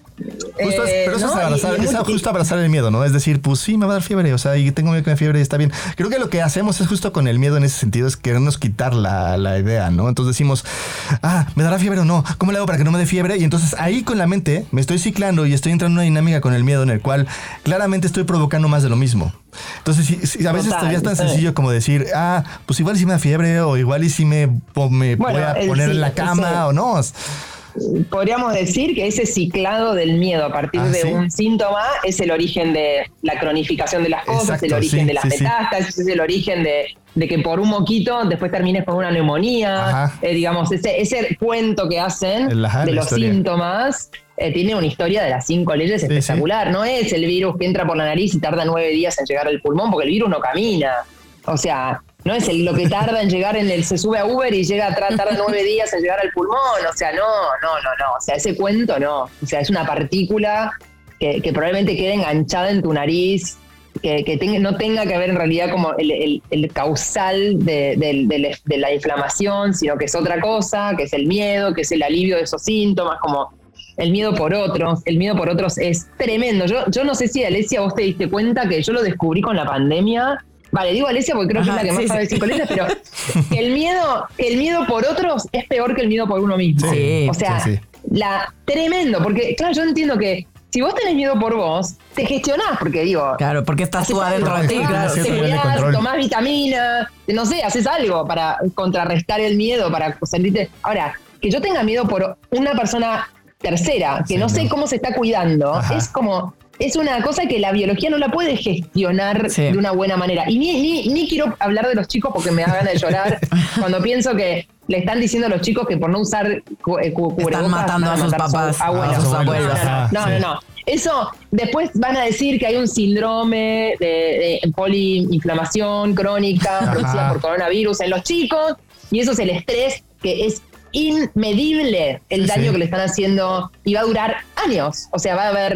Justo es- eh, pero eso ¿no? es, abrazar, Y- y es muy- justo abrazar el miedo, ¿no? Es decir, pues sí, me va a dar fiebre, o sea, y tengo miedo que me fiebre y está bien. Creo que lo que hacemos es justo con el miedo en ese sentido, es querernos quitar la, la idea, ¿no? Entonces decimos, ah, ¿me dará fiebre o no? ¿Cómo le hago para que no me dé fiebre? Y entonces ahí con la mente me estoy ciclando y estoy entrando en una dinámica con el miedo en el cual claramente estoy provocando más de lo mismo. Entonces, si, si a veces Total, ya es tan sí. sencillo como decir, ah, pues igual sí me da fiebre o igual y sí me, po- me Bueno, voy a el poner sí- en la cama ese- o no. Podríamos decir que ese ciclado del miedo a partir Ah, de ¿sí? un síntoma es el origen de la cronificación de las cosas, Exacto, el origen sí, de las sí, sí. metástasis, es el origen de, de que por un moquito después termines con una neumonía. Ajá. Eh, digamos, ese, ese cuento que hacen El- ajá, de la los historia. síntomas eh, tiene una historia de las cinco leyes sí. espectacular. No es el virus que entra por la nariz y tarda nueve días en llegar al pulmón, porque el virus no camina. O sea, no es el, lo que tarda en llegar en el, se sube a Uber y llega tra- tarda nueve días en llegar al pulmón. O sea, no, no, no, no. O sea, ese cuento no. O sea, es una partícula que, que probablemente quede enganchada en tu nariz, que, que tenga- no tenga que ver en realidad como el, el- el causal de, del- del- de la inflamación, sino que es otra cosa, que es el miedo, que es el alivio de esos síntomas, como el miedo por otros. El miedo por otros es tremendo. Yo, yo no sé si, Alesia, vos te diste cuenta que yo lo descubrí con la pandemia. Vale, digo Alesia porque creo Ajá, que es la que sí, más sabe de sí. cinco letras, pero que el miedo, que el miedo por otros es peor que el miedo por uno mismo. Sí, o sea, sí, sí. la tremendo, porque claro, yo entiendo que si vos tenés miedo por vos, te gestionás, porque digo, Claro, porque estás tú haces adentro algo, de ti, claro, claro. cierto te nivel de cuidás, control. tomás vitamina, no sé, haces algo para contrarrestar el miedo, para salirte. Ahora, que yo tenga miedo por una persona tercera, que Sí, no sé no. cómo se está cuidando, Ajá. es como, es una cosa que la biología no la puede gestionar Sí. de una buena manera. Y ni, ni, ni quiero hablar de los chicos porque me da ganas de llorar cuando pienso que le están diciendo a los chicos que por no usar cu- eh, cu- cubrebocas matando van a sus matar papás, abuelos. a sus abuelos. No, no, Ajá, no, no, sí. no, no. Eso, después van a decir que hay un síndrome de, de poliinflamación crónica Ajá. producida por coronavirus en los chicos, y eso es el estrés que es inmedible el Sí, daño sí. que le están haciendo y va a durar años. O sea, va a haber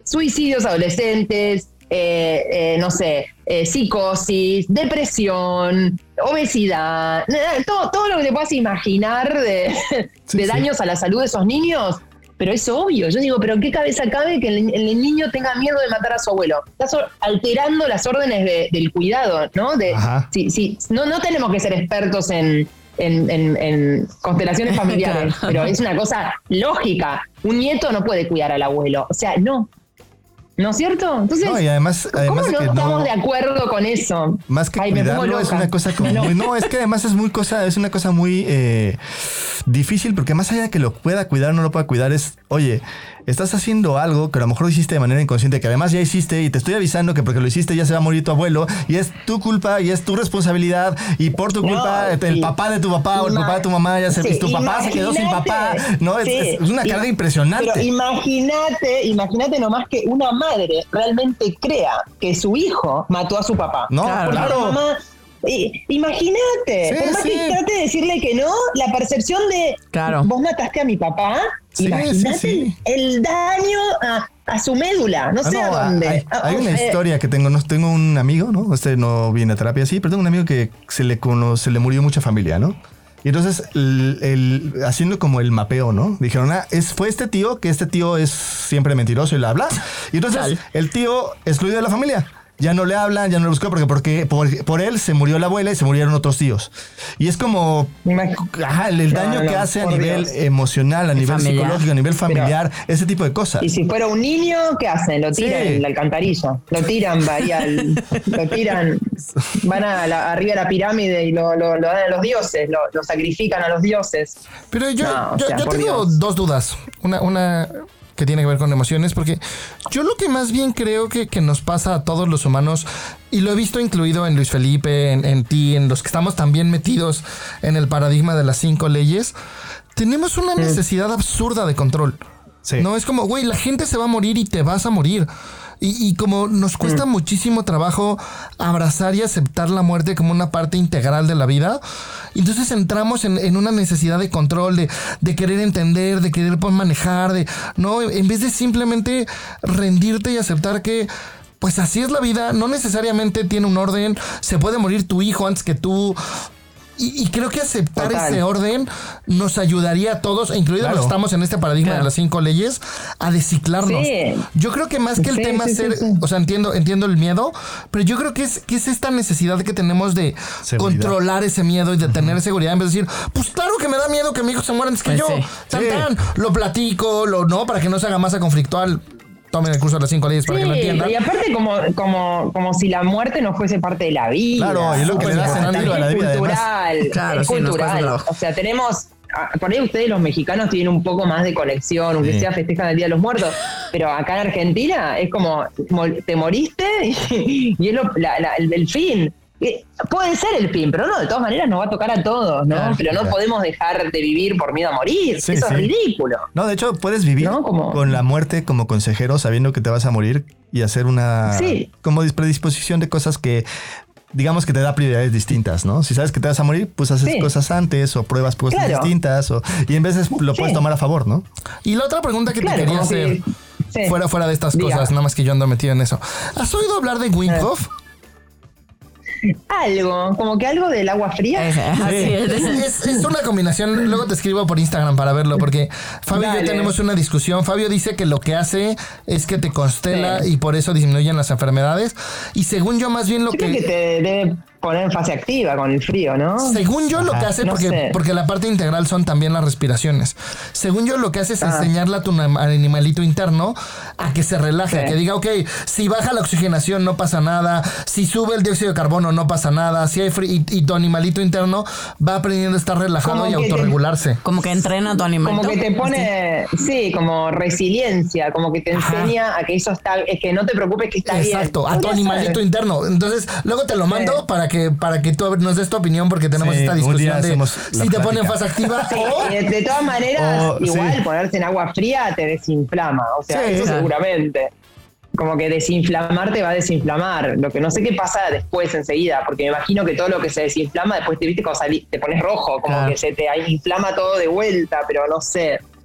suicidios adolescentes, eh, eh, no sé, eh, psicosis, depresión, obesidad, todo, todo lo que te puedas imaginar de, Sí, de sí. daños a la salud de esos niños. Pero es obvio, yo digo, ¿pero en qué cabeza cabe que el, el niño tenga miedo de matar a su abuelo? Estás alterando las órdenes de, del cuidado, ¿no? De, Ajá. sí, sí, no, no tenemos que ser expertos en, en, en, en constelaciones familiares, Claro. pero es una cosa lógica. Un nieto no puede cuidar al abuelo, o sea, no. ¿No es cierto? Entonces, No, y además, además ¿cómo de no que estamos no, de acuerdo con eso? más que Ay, me pongo cuidarlo, es loca. una cosa como No. muy, no, es que además es muy cosa, es una cosa muy eh, difícil, porque más allá de que lo pueda cuidar o no lo pueda cuidar, es, oye, estás haciendo algo que a lo mejor lo hiciste de manera inconsciente, que además ya hiciste, y te estoy avisando que porque lo hiciste ya se va a morir tu abuelo, y es tu culpa, y es tu responsabilidad, y por tu No, culpa, el sí. papá de tu papá o el Ima- papá de tu mamá ya se sí, tu papá se quedó sin papá, imagínate. no, es, Sí. es una carga Y- impresionante. Pero imagínate, imagínate nomás que una madre realmente crea que su hijo mató a su papá. No, Claro. Porque claro. la mamá, eh, imagínate, Sí, por más sí. que trate de decirle que no, la percepción de Claro. vos mataste a mi papá, Sí, imagínate sí, sí. el daño a, a su médula, no Ah, sé no, a dónde. Hay, Ah, hay una eh, historia que tengo, no, tengo un amigo, ¿no? Este no viene a terapia, sí, pero tengo un amigo que se le, cono- se le murió mucha familia, ¿no? Y entonces, el, el- haciendo como el mapeo, ¿no? Dijeron, ah, es, fue este tío, que este tío es siempre mentiroso y bla, bla. Y entonces, Chal. el tío excluido de la familia. Ya no le hablan, ya no le buscó porque, porque por, por él se murió la abuela y se murieron otros tíos. Y es como Imag- ajá, el, el No, daño no, que hace a por nivel Dios. emocional, a nivel familiar. psicológico, a nivel familiar, ese tipo de cosas. Y si fuera un niño, ¿qué hacen? Lo tiran Sí. en la alcantarilla. Lo tiran, va ahí al- lo tiran, van a la- arriba de la pirámide y lo, lo, lo dan a los dioses, lo, lo sacrifican a los dioses. Pero yo, No, o yo, sea, yo por tengo Dios. dos dudas. Una, una que tiene que ver con emociones, porque yo lo que más bien creo que, que nos pasa a todos los humanos, y lo he visto incluido en Luis Felipe, en, en ti, en los que estamos también metidos en el paradigma de las cinco leyes, tenemos una necesidad absurda de control. Sí. No es como, güey, la gente se va a morir y te vas a morir. Y, y como nos cuesta muchísimo trabajo abrazar y aceptar la muerte como una parte integral de la vida, entonces entramos en, en una necesidad de control, de, de querer entender, de querer pues, manejar, de no, en vez de simplemente rendirte y aceptar que pues así es la vida, no necesariamente tiene un orden, se puede morir tu hijo antes que tú. Y, y creo que aceptar Total. ese orden nos ayudaría a todos, incluidos Claro. los que estamos en este paradigma Claro. de las cinco leyes, a deciclarnos. Sí. Yo creo que más que el Sí, tema sí, ser, sí, sí. o sea, entiendo, entiendo el miedo, pero yo creo que es, que es esta necesidad que tenemos de Seguridad. controlar ese miedo y de tener seguridad en vez de decir, pues claro que me da miedo que mi hijo se muera antes que Pues yo. sí. Tan, Sí. tan, lo platico, lo no, para que no se haga masa conflictual. Tomen el curso de las cinco leyes para que lo Sí, entiendan. y aparte como, como, como si la muerte no fuese parte de la vida. Claro, y es lo que O le da sea, sentido también a la es vida, además. cultural, Claro, es sí, nos cuesta cultural. trabajo. O sea, tenemos, ah, por ahí ustedes los mexicanos tienen un poco más de conexión, aunque Sí. sea festejan el Día de los Muertos, pero acá en Argentina es como, mol- te moriste y, y es lo- la- la- el, el fin. Eh, Puede ser el fin, pero no, de todas maneras nos va a tocar a todos, ¿no? Claro, pero no claro. podemos dejar de vivir por miedo a morir. Sí, Eso sí. es ridículo. No, de hecho, puedes vivir ¿No? Como- con la muerte como consejero, sabiendo que te vas a morir y hacer una Sí. como predisposición de cosas que, digamos que te da prioridades distintas, ¿no? Si sabes que te vas a morir, pues haces Sí. cosas antes o pruebas cosas Claro. distintas o, y en veces lo Sí. puedes tomar a favor, ¿no? Y la otra pregunta que Claro, te quería como hacer, que- sí. fuera, fuera de estas Diga. cosas, nada más que yo ando metido en eso. ¿Has oído hablar de Wim Hof? Algo, como que algo del agua fría. Es- así es. Es, es una combinación, luego te escribo por Instagram para verlo, porque Fabio y yo Dale. tenemos una discusión. Fabio dice que lo que hace es que te constela Sí. y por eso disminuyen las enfermedades. Y según yo, más bien lo Yo creo que... que te debe poner en fase activa con el frío, ¿no? Según yo lo que hace, no porque, sé. porque la parte integral son también las respiraciones. Según yo lo que hace es Ah. enseñarle a tu nam- al animalito interno a que se relaje, Sí. a que diga, ok, si baja la oxigenación no pasa nada, si sube el dióxido de carbono no pasa nada, si hay frío, y, y tu animalito interno va aprendiendo a estar relajado Como y que te- autorregularse. Como que entrena a tu animal. Como que te pone, sí, como resiliencia, como que te enseña a que eso está, es que no te preocupes que está bien. Exacto, a tu Podría animalito ser. interno. Entonces, luego te lo mando Sí. para que para que tú nos des tu opinión, porque tenemos Sí, esta un día discusión de hacemos la si te ponen plática. fase activa Sí, o... y de, de todas maneras, O- igual sí. ponerse en agua fría te desinflama, o sea, Sí, eso claro. seguramente. Como que desinflamar te va a desinflamar. Lo que no sé qué pasa después enseguida, porque me imagino que todo lo que se desinflama después te viste cuando salí- te pones rojo, como Claro. que se te inflama todo de vuelta, pero no sé.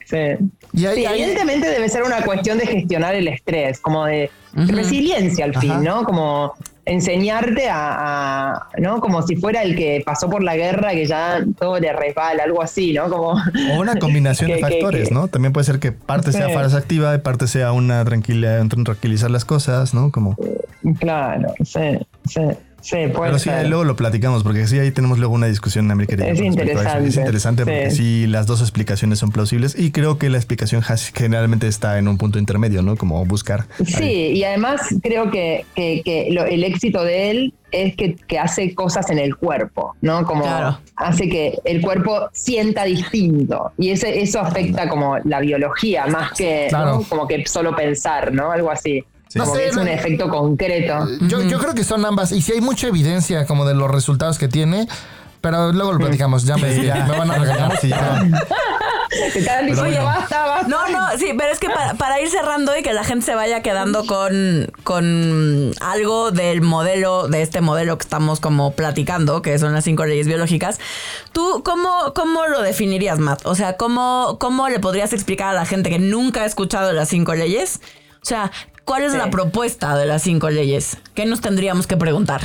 Sí. Y ahí, sí, ahí- evidentemente debe ser una cuestión de gestionar el estrés, como de uh-huh. resiliencia al fin, Ajá. ¿no? Como enseñarte a, a, ¿no? Como si fuera el que pasó por la guerra, que ya todo le resbala, algo así, ¿no? Como o una combinación que, de factores, que, ¿no? También puede ser que parte sí. sea fase activa y parte sea una tranquila, un tranquilizar las cosas, ¿no? Como... Claro, sí, sí. Sí, puede Pero sí, ser. luego lo platicamos, porque sí, ahí tenemos luego una discusión, Amir, querida. Es interesante. Es interesante porque sí. sí, las dos explicaciones son plausibles y creo que la explicación generalmente está en un punto intermedio, ¿no? Como buscar. Sí, ahí. Y además creo que, que, que lo, el éxito de él es que, que hace cosas en el cuerpo, ¿no? Como claro. hace que el cuerpo sienta distinto y ese, eso afecta como la biología más que, claro. ¿no? Como que solo pensar, ¿no? Algo así. Sí. Como No sé, que es un no, efecto concreto. Yo, yo creo que son ambas. Y sí hay mucha evidencia como de los resultados que tiene, pero luego lo platicamos. Ya me, Sí, ya. me van a regañar. Sí, ya. Te están diciendo, bueno. basta, basta. No, no, sí, pero es que para, para ir cerrando y que la gente se vaya quedando con, con algo del modelo, de este modelo que estamos como platicando, que son las cinco leyes biológicas, ¿tú cómo, cómo lo definirías, Matt? O sea, ¿cómo, ¿cómo le podrías explicar a la gente que nunca ha escuchado las cinco leyes? O sea, ¿cuál es sí. la propuesta de las cinco leyes? ¿Qué nos tendríamos que preguntar?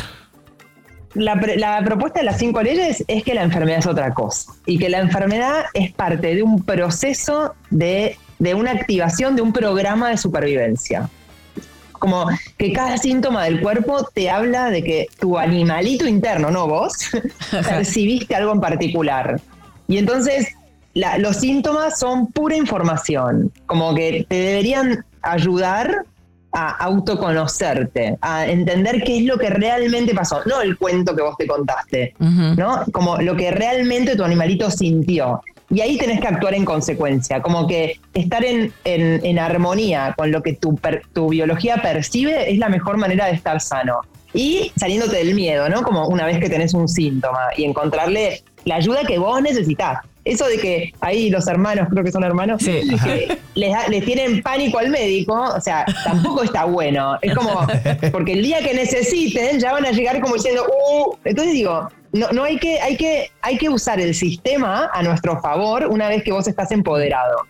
La, la propuesta de las cinco leyes es que la enfermedad es otra cosa y que la enfermedad es parte de un proceso de, de una activación de un programa de supervivencia. Como que cada síntoma del cuerpo te habla de que tu animalito interno, no vos, percibiste algo en particular. Y entonces la, los síntomas son pura información, como que te deberían ayudar a autoconocerte, a entender qué es lo que realmente pasó, no el cuento que vos te contaste, uh-huh. ¿no? Como lo que realmente tu animalito sintió. Y ahí tenés que actuar en consecuencia, como que estar en, en, en armonía con lo que tu, per, tu biología percibe es la mejor manera de estar sano. Y saliéndote del miedo, ¿no? Como una vez que tenés un síntoma y encontrarle la ayuda que vos necesitás. Eso de que ahí los hermanos, creo que son hermanos, sí. que les, da, les tienen pánico al médico, o sea, tampoco está bueno. Es como, porque el día que necesiten ya van a llegar como diciendo, uh, entonces digo, no, no hay que, hay que, hay que usar el sistema a nuestro favor una vez que vos estás empoderado.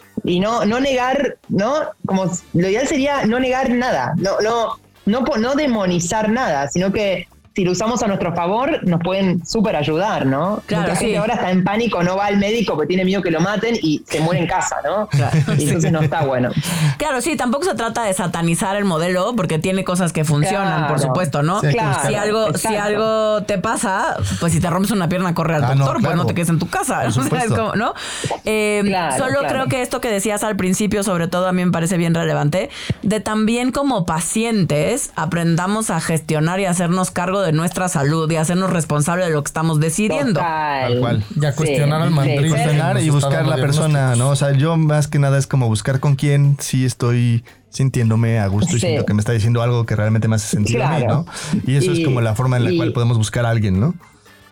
Y no, no negar, ¿no? Como lo ideal sería no negar nada, no, no, no, no demonizar nada, sino que si lo usamos a nuestro favor, nos pueden súper ayudar, ¿no? Claro, Mucha sí. gente ahora está en pánico, no va al médico porque tiene miedo que lo maten y se muere en casa, ¿no? Claro, y entonces sí. no está bueno. Claro, sí, tampoco se trata de satanizar el modelo porque tiene cosas que funcionan, claro. por supuesto, ¿no? Sí, claro, si algo, si algo te pasa, pues si te rompes una pierna, corre al ah, doctor, no, claro. pues no te quedes en tu casa. O sea, es como, ¿no? Eh, claro, solo claro. creo que esto que decías al principio, sobre todo, a mí me parece bien relevante, de también como pacientes aprendamos a gestionar y hacernos cargo de nuestra salud y hacernos responsables de lo que estamos decidiendo. Total. Tal cual. Ya cuestionar sí, al mandril. sí, Cuestionar y buscar la persona, ¿no? O sea, yo más que nada es como buscar con quién sí estoy sintiéndome a gusto y sí. siento que me está diciendo algo que realmente me hace sentir claro. a mí, ¿no? Y eso y, es como la forma en la y, cual podemos buscar a alguien, ¿no?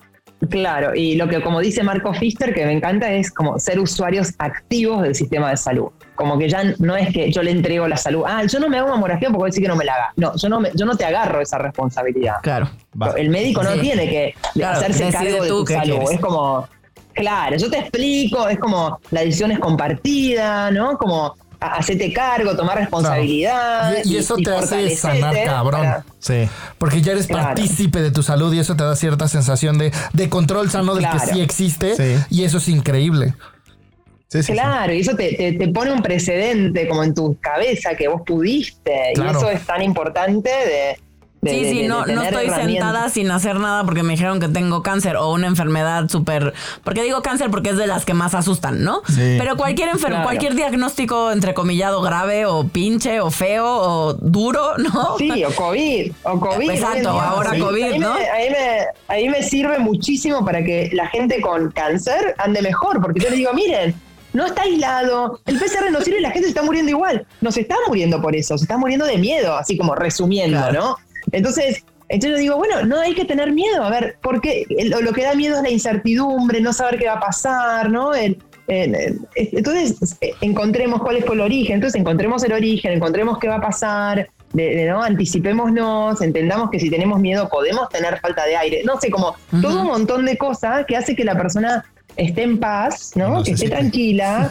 Claro, y lo que como dice Marco Pfister, que me encanta, es como ser usuarios activos del sistema de salud. Como que ya no es que yo le entrego la salud. Ah, yo no me hago mamografía porque voy a decir que no me la haga. No, yo no, me, yo no te agarro esa responsabilidad. Claro. Va. El médico no sí. tiene que claro, hacerse cargo de tu salud. Quieres. Es como, claro, yo te explico, es como la decisión es compartida, ¿no? Como hacerte cargo, tomar responsabilidad. Claro. Y, y eso y, te y hace sanar, cabrón. Para... Sí. Porque ya eres claro. partícipe de tu salud y eso te da cierta sensación de, de control sano del claro. que sí existe. Sí. Y eso es increíble. Sí, sí, claro, sí. Y eso te, te, te pone un precedente como en tu cabeza que vos pudiste. Claro. Y eso es tan importante de... De, sí, de, sí, de, no, de no estoy sentada sin hacer nada porque me dijeron que tengo cáncer o una enfermedad súper... Porque digo cáncer porque es de las que más asustan, ¿no? Sí. Pero cualquier enfer- claro. cualquier diagnóstico entrecomillado grave o pinche o feo o duro, ¿no? Sí, o COVID. O COVID. Exacto, ahora sí. COVID, ahí ¿no? Me, ahí, me, ahí me sirve muchísimo para que la gente con cáncer ande mejor, porque yo les digo, miren, no está aislado, el P C R no sirve y la gente se está muriendo igual. No se está muriendo por eso, se está muriendo de miedo, así como resumiendo, claro. ¿no? Entonces, entonces yo digo, bueno, no hay que tener miedo, a ver, porque lo, lo que da miedo es la incertidumbre, no saber qué va a pasar, ¿no? El, el, el, entonces, encontremos cuál fue el origen, entonces encontremos el origen, encontremos qué va a pasar, de, de, ¿no? Anticipémonos, entendamos que si tenemos miedo podemos tener falta de aire, no sé, como uh-huh. todo un montón de cosas que hace que la persona esté en paz, ¿no? no que esté tranquila.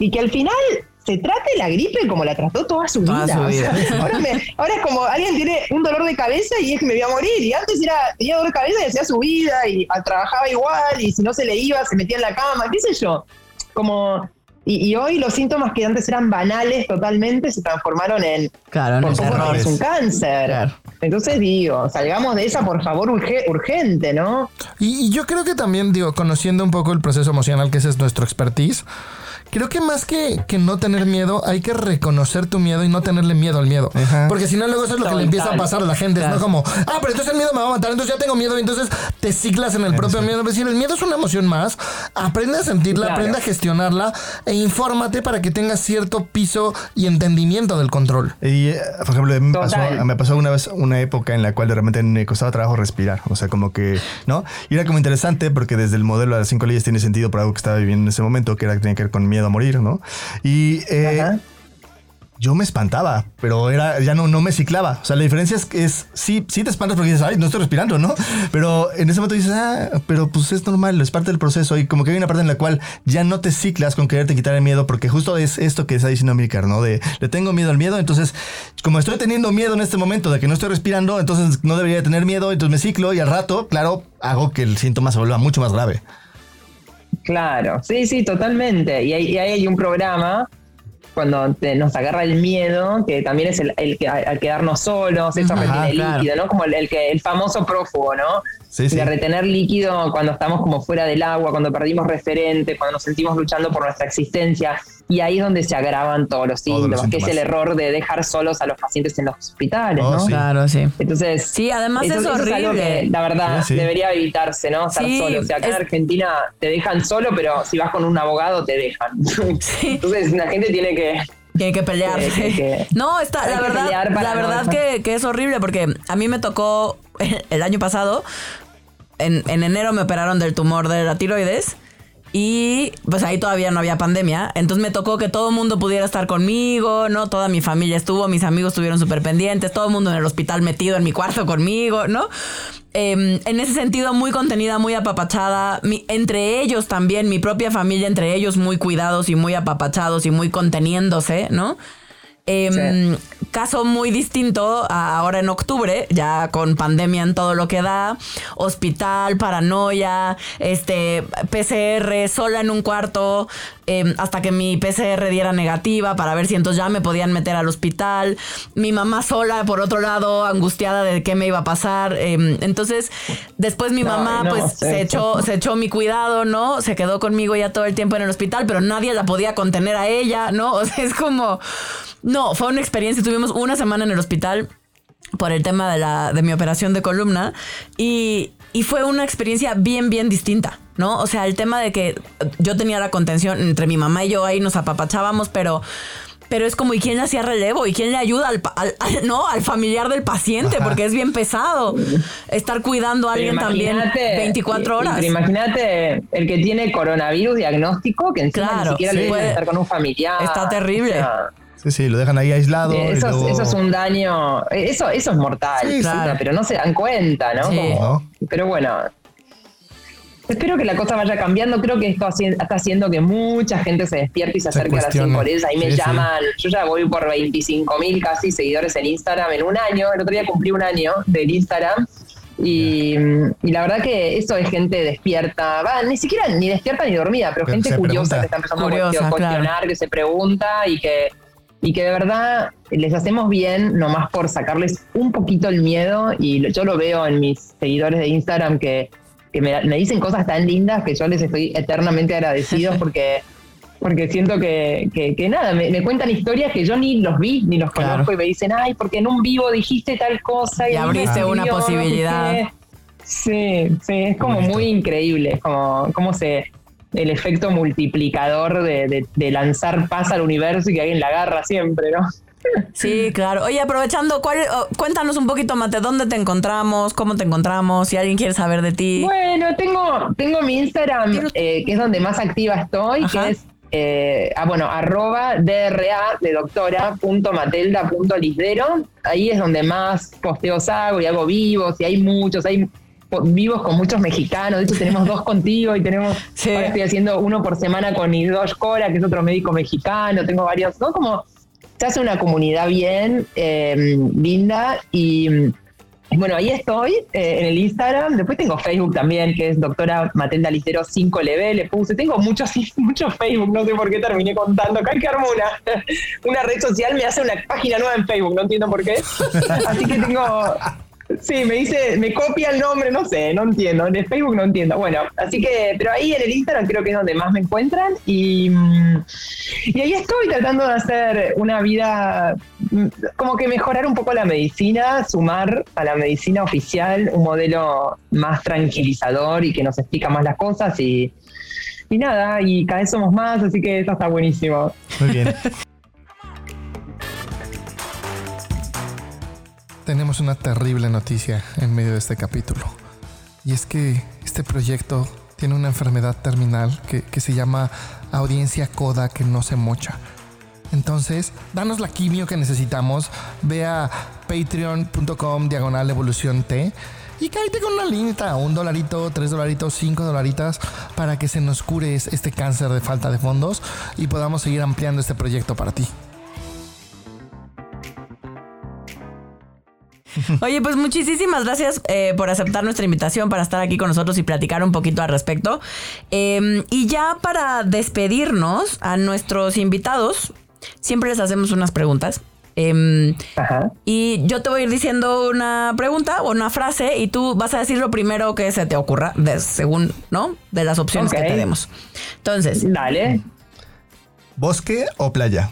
y que al final se trate la gripe como la trató toda su toda vida. Su vida. O sea, ahora, me, ahora es como alguien tiene un dolor de cabeza y es que me voy a morir. Y antes era, tenía dolor de cabeza y hacía su vida y a, trabajaba igual y si no se le iba se metía en la cama, qué sé yo. Como... Y, y hoy los síntomas que antes eran banales totalmente se transformaron en... Claro, por en poco terror. es un cáncer. Claro. Entonces digo, salgamos de esa por favor urge, urgente, ¿no? Y, y yo creo que también, digo, conociendo un poco el proceso emocional, que ese es nuestro expertise, creo que más que, que no tener miedo, hay que reconocer tu miedo y no tenerle miedo al miedo. Ajá. Porque si no, luego eso es lo que le empieza a pasar a la gente. Claro. Es no como, ah, pero entonces el miedo me va a matar, entonces ya tengo miedo y entonces te ciclas en el propio sí. miedo. Es decir, el miedo es una emoción más. Aprende a sentirla, claro. aprende a gestionarla e infórmate para que tengas cierto piso y entendimiento del control. Y, por ejemplo, me pasó, me pasó una vez una época en la cual de repente me costaba trabajo respirar. O sea, como que, ¿no? Y era como interesante porque desde el modelo de las cinco leyes tiene sentido para algo que estaba viviendo en ese momento, que era que tenía que ver con miedo a morir, ¿no? Y eh, yo me espantaba, pero era ya no, no me ciclaba. O sea, la diferencia es que es, sí, sí te espantas porque dices, ay, no estoy respirando, ¿no? Pero en ese momento dices, ah, pero pues es normal, es parte del proceso. Y como que hay una parte en la cual ya no te ciclas con quererte quitar el miedo, porque justo es esto que está diciendo Milcar, ¿no? De, le tengo miedo al miedo, entonces, como estoy teniendo miedo en este momento de que no estoy respirando, entonces no debería tener miedo, entonces me ciclo y al rato, claro, hago que el síntoma se vuelva mucho más grave. Claro, sí, sí, totalmente. Y ahí, y ahí hay un programa cuando te, nos agarra el miedo, que también es el, el que al quedarnos solos, eso retiene claro. líquido, ¿no? Como el, el que el famoso prófugo, ¿no? Sí, sí. De retener líquido cuando estamos como fuera del agua, cuando perdimos referente, cuando nos sentimos luchando por nuestra existencia. Y ahí es donde se agravan todos los síntomas, todos los síntomas. Que es el error de dejar solos a los pacientes en los hospitales, oh, ¿no? Sí. Claro, sí. Entonces, sí, además eso, es horrible. Eso es algo que, la verdad, sí, sí. debería evitarse, ¿no? Estar sí, solo. O sea, acá es... en Argentina te dejan solo, pero si vas con un abogado te dejan. Sí. Entonces, la gente tiene que... Tiene que pelear. Que, que, que, no, está, la verdad, la verdad no que, que es horrible porque a mí me tocó el año pasado, en, en enero me operaron del tumor de la tiroides y pues ahí todavía no había pandemia, entonces me tocó que todo el mundo pudiera estar conmigo, ¿no? Toda mi familia estuvo, mis amigos estuvieron súper pendientes, todo el mundo en el hospital metido en mi cuarto conmigo, ¿no? Eh, en ese sentido muy contenida, muy apapachada, mi, entre ellos también, mi propia familia, entre ellos muy cuidados y muy apapachados y muy conteniéndose, ¿no? Eh, sí. Caso muy distinto a ahora en octubre, ya con pandemia en todo lo que da, hospital, paranoia, este P C R sola en un cuarto, eh, hasta que mi P C R diera negativa para ver si entonces ya me podían meter al hospital, mi mamá sola por otro lado, angustiada de qué me iba a pasar, eh, entonces después mi no, mamá no, pues sí, se echó se echó mi cuidado, ¿no? Se quedó conmigo ya todo el tiempo en el hospital, pero nadie la podía contener a ella, ¿no? O sea, es como... No, fue una experiencia. Tuvimos una semana en el hospital por el tema de la de mi operación de columna y, y fue una experiencia bien, bien distinta, ¿no? O sea, el tema de que yo tenía la contención entre mi mamá y yo, ahí nos apapachábamos, pero... Pero es como, ¿y quién le hacía relevo? ¿Y quién le ayuda al, al, al, no, al familiar del paciente? Ajá. Porque es bien pesado estar cuidando a alguien también veinticuatro horas. Pero imagínate el que tiene coronavirus diagnóstico, que encima claro, ni siquiera sí, le puede estar con un familiar. Está terrible. O sea, sí, sí, lo dejan ahí aislado. Eso, luego... eso es un daño, eso, eso es mortal, sí, claro. Pero no se dan cuenta, ¿no? Sí. Como, pero bueno... Espero que la cosa vaya cambiando. Creo que esto está haciendo que mucha gente se despierte y se acerque se a la Cincoreza. Ahí me sí, llaman. Sí. Yo ya voy por veinticinco mil casi seguidores en Instagram en un año. El otro día cumplí un año del Instagram. Y, y la verdad que eso es gente despierta. Va, ni siquiera ni despierta ni dormida, pero, pero gente curiosa pregunta. Que está empezando curiosa, a cuestionar, claro. Que se pregunta y que, y que de verdad les hacemos bien nomás por sacarles un poquito el miedo. Y yo lo veo en mis seguidores de Instagram que que me, me dicen cosas tan lindas que yo les estoy eternamente agradecidos porque, porque siento que, que, que nada, me, me cuentan historias que yo ni los vi, ni los conozco, claro. Y me dicen, ay, porque en un vivo dijiste tal cosa. Y, y abriste una vivo, posibilidad. No sí, sí, es como Bonito. Muy increíble, como, como se, el efecto multiplicador de, de, de lanzar paz al universo y que alguien la agarra siempre, ¿no? Sí, claro. Oye, aprovechando, ¿cuál, oh, cuéntanos un poquito, Mate, ¿dónde te encontramos? ¿Cómo te encontramos? Si alguien quiere saber de ti. Bueno, tengo, tengo mi Instagram, eh, que es donde más activa estoy, Ajá. que es, eh, ah, bueno, arroba dra de doctora punto matelda punto lisdero. Ahí es donde más posteos hago y hago vivos y hay muchos, hay vivos con muchos mexicanos. De hecho, tenemos dos contigo y tenemos. Sí. Ahora estoy haciendo uno por semana con Idosh Cora, que es otro médico mexicano. Tengo varios, ¿no? Como se hace una comunidad bien eh, linda y. Bueno, ahí estoy, eh, en el Instagram. Después tengo Facebook también, que es doctora Matilda Litero cinco L B. Le puse, tengo muchos, muchos Facebook, no sé por qué terminé contando. Acá que armo una, una red social, me hace una página nueva en Facebook, no entiendo por qué. Así que tengo... Sí, me dice, me copia el nombre, no sé, no entiendo. En el Facebook no entiendo. Bueno, así que, pero ahí en el Instagram creo que es donde más me encuentran. Y, y ahí estoy tratando de hacer una vida, como que mejorar un poco la medicina, sumar a la medicina oficial un modelo más tranquilizador y que nos explica más las cosas. Y, y nada, y cada vez somos más, así que eso está buenísimo. Muy bien. Tenemos una terrible noticia en medio de este capítulo. Y es que este proyecto tiene una enfermedad terminal que, que se llama audiencia coda que no se mocha. Entonces, danos la quimio que necesitamos. Ve a patreon punto com diagonal evolución T y cállate con una linita, un dolarito, tres dolaritos, cinco dolaritas para que se nos cure este cáncer de falta de fondos y podamos seguir ampliando este proyecto para ti. Oye, pues muchísimas gracias eh, por aceptar nuestra invitación para estar aquí con nosotros y platicar un poquito al respecto. Eh, y ya para despedirnos a nuestros invitados, siempre les hacemos unas preguntas. Eh, Ajá. Y yo te voy a ir diciendo una pregunta o una frase y tú vas a decir lo primero que se te ocurra, de, según, ¿no? De las opciones Ok. que te demos. Entonces, Dale. ¿Bosque o playa?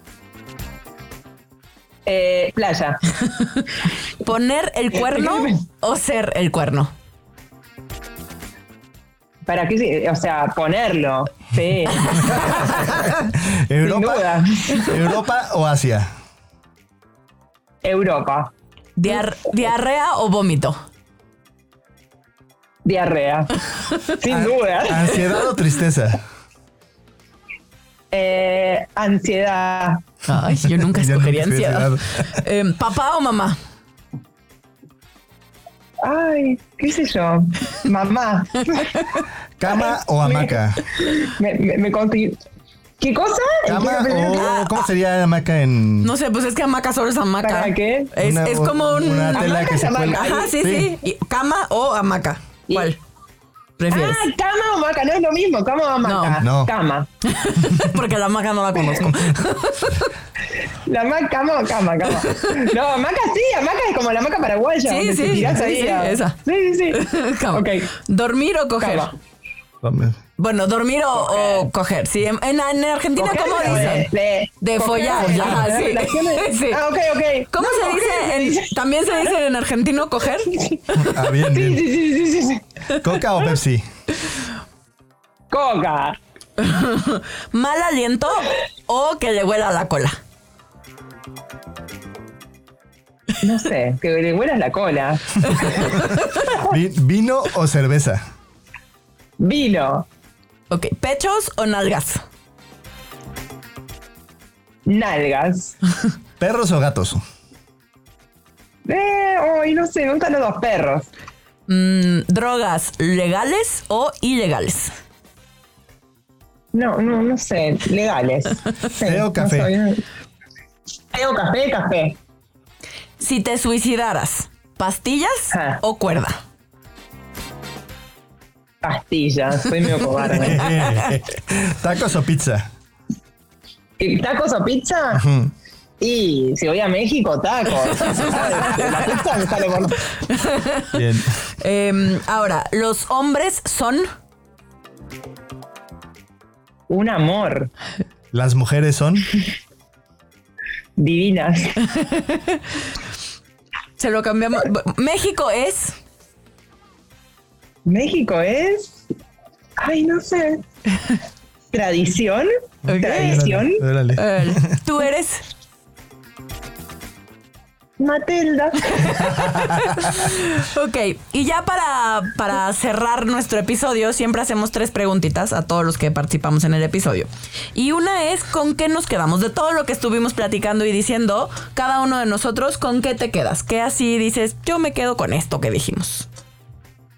Eh, playa. ¿poner el cuerno o ser el cuerno? ¿Para qué? se- O sea, ponerlo. Sí. Sin ¿Europa, duda. ¿Europa o Asia? Europa. Diar- ¿Diarrea o vómito? Diarrea. Sin duda. ¿Ansiedad o tristeza? Eh, ansiedad. Ay, yo nunca Yo escogería nunca escogí ansiedad. Eh, ¿Papá o mamá? Ay, qué sé yo. Mamá. ¿Cama o hamaca? Me, me, me consi- ¿Qué cosa? ¿Cama ¿Qué- o cómo sería hamaca en...? No sé, pues es que hamaca solo es hamaca. ¿Para qué? Es, Una- es como un... una tela Hamaca que es se hamaca. cuelga. Ajá, sí, sí. Sí. Y ¿cama o hamaca? ¿Cuál prefieres? Ah, cama o hamaca, no es lo mismo, cama o hamaca. No, no. Cama. Porque la hamaca no la conozco. La hamaca, cama o cama, cama. No, hamaca sí, hamaca es como la hamaca paraguaya. Sí, donde sí, te tirás sí, ahí sí, a- esa. Sí, sí, sí. Cama. Ok. ¿Dormir o coger? Cama. Bueno, dormir o coger. O coger. Sí, en, en- en Argentina, Coger ¿cómo de- dicen? De, De coger, follar. follar, Ajá, sí. relaciones. Sí. Ah, ok, ok. ¿Cómo No, se coger. dice? en- ¿También se dice en argentino coger? Ah, bien, Sí, bien. sí, sí, sí, sí, sí. ¿Coca o Pepsi? Coca. ¿Mal aliento o que le huela la cola? No sé, que le huelas la cola. Vi- ¿Vino o cerveza? Vino. Ok, ¿pechos o nalgas? Nalgas. ¿Perros o gatos? Eh, ay, no sé, me gustan los dos perros. Mm, ¿drogas legales o ilegales? No, no, no sé, legales. Sí, ¿Té o no café? soy- Té o café, café. Si te suicidaras, ¿pastillas Ah. o cuerda? Pastillas, soy medio cobarde. ¿Tacos o pizza? ¿Y ¿Tacos o pizza? Ujú. Y si voy a México, tacos. La pizza me sale por... Bien. Eh, ahora, ¿los hombres son? Un amor. ¿Las mujeres son? Divinas. Se lo cambiamos. México es. México es... Ay, no sé. ¿Tradición? ¿Tradición? Órale. eh, Tú eres. Matilda. Ok, y ya para, para cerrar nuestro episodio, siempre hacemos tres preguntitas a todos los que participamos en el episodio. Y una es, ¿con qué nos quedamos? De todo lo que estuvimos platicando y diciendo, cada uno de nosotros, ¿con qué te quedas? ¿Qué así dices, yo me quedo con esto que dijimos?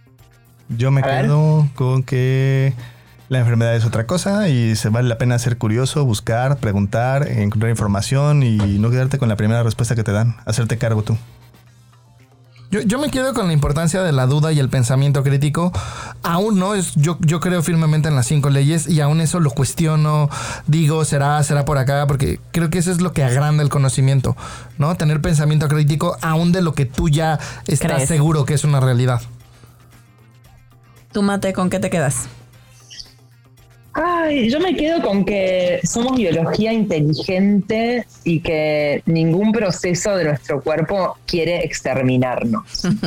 Yo me A ver. quedo con que la enfermedad es otra cosa y se vale la pena ser curioso, buscar, preguntar, encontrar información y no quedarte con la primera respuesta que te dan. Hacerte cargo tú. Yo, yo me quedo con la importancia de la duda y el pensamiento crítico. Aún no, es, yo, yo creo firmemente en las cinco leyes y aún eso lo cuestiono, digo, será, será por acá, porque creo que eso es lo que agranda el conocimiento, ¿no? Tener pensamiento crítico aún de lo que tú ya estás ¿Crees? seguro que es una realidad. Tú, Mate, ¿con qué te quedas? Ay, yo me quedo con que somos biología inteligente y que ningún proceso de nuestro cuerpo quiere exterminarnos.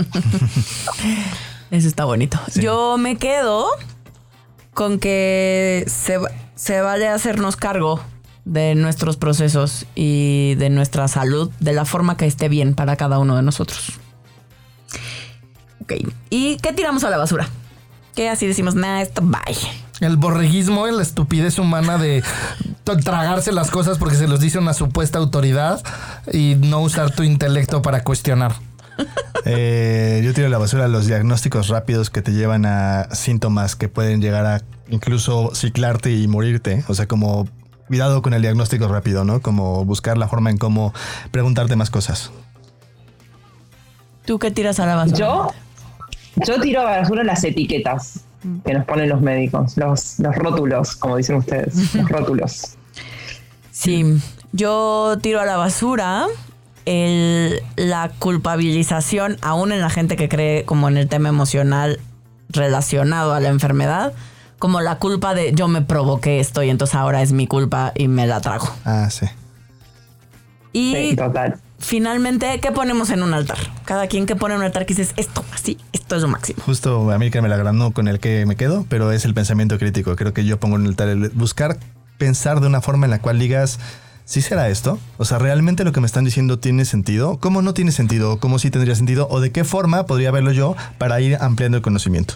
Eso está bonito. Yo me quedo con que se, se vale hacernos cargo de nuestros procesos y de nuestra salud de la forma que esté bien para cada uno de nosotros. Ok. ¿Y qué tiramos a la basura? Que así decimos, nah, esto bye. El borreguismo y la estupidez humana de t- tragarse las cosas porque se los dice una supuesta autoridad y no usar tu intelecto para cuestionar. Eh, yo tiro a la basura los diagnósticos rápidos que te llevan a síntomas que pueden llegar a incluso ciclarte y morirte. O sea, como cuidado con el diagnóstico rápido, ¿no? Como buscar la forma en cómo preguntarte más cosas. ¿Tú qué tiras a la basura? Yo, yo tiro a la basura las etiquetas que nos ponen los médicos, los, los rótulos, como dicen ustedes, los rótulos. Sí, yo tiro a la basura el, la culpabilización, aún en la gente que cree como en el tema emocional relacionado a la enfermedad, como la culpa de yo me provoqué esto y entonces ahora es mi culpa y me la trago. Ah, sí. Y Sí, total. finalmente, ¿qué ponemos en un altar? Cada quien que pone en un altar que dices, esto, así, esto es lo máximo. Justo a mí que me la granó con el que me quedo, pero es el pensamiento crítico. Creo que yo pongo en el altar el buscar pensar de una forma en la cual digas, ¿sí será esto? O sea, ¿realmente lo que me están diciendo tiene sentido? ¿Cómo no tiene sentido? ¿Cómo sí tendría sentido? ¿O de qué forma podría verlo yo para ir ampliando el conocimiento?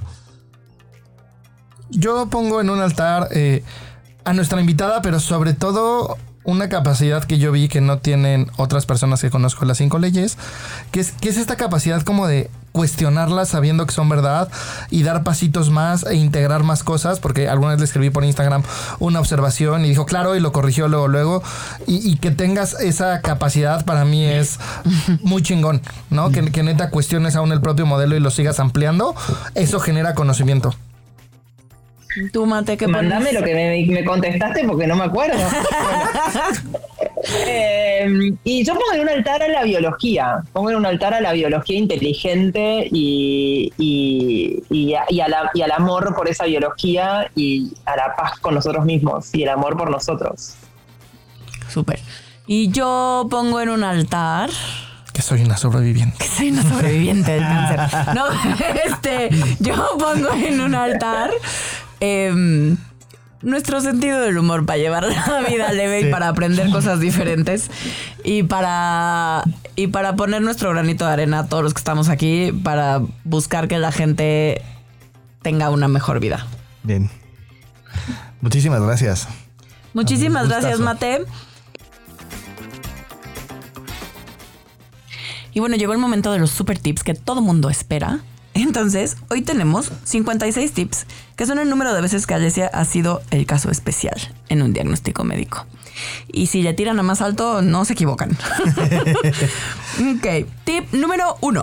Yo pongo en un altar eh, a nuestra invitada, pero sobre todo una capacidad que yo vi que no tienen otras personas que conozco, las cinco leyes, que es, que es esta capacidad como de cuestionarlas sabiendo que son verdad y dar pasitos más e integrar más cosas, porque alguna vez le escribí por Instagram una observación y dijo claro y lo corrigió luego luego y, y que tengas esa capacidad para mí es muy chingón, ¿no? Que, que neta cuestiones aún el propio modelo y lo sigas ampliando, eso genera conocimiento. Tú, Mate, ¿qué pones? Mándame lo que me, me contestaste porque no me acuerdo. Bueno. Eh, y yo pongo en un altar a la biología, pongo en un altar a la biología inteligente y, y, y, a- y, a la- y al amor por esa biología y a la paz con nosotros mismos y el amor por nosotros. Súper. Y yo pongo en un altar... Que soy una sobreviviente. que soy una sobreviviente del cáncer. No, este, yo pongo en un altar eh, nuestro sentido del humor para llevar la vida leve Sí. y para aprender cosas diferentes y para y para poner nuestro granito de arena a todos los que estamos aquí para buscar que la gente tenga una mejor vida. Bien. Muchísimas gracias. Muchísimas Un gracias, gustazo. Mate. Y bueno, llegó el momento de los super tips que todo mundo espera. Entonces, hoy tenemos cincuenta y seis tips, que son el número de veces que Alessia ha sido el caso especial en un diagnóstico médico. Y si le tiran a más alto, no se equivocan. Ok, tip número uno.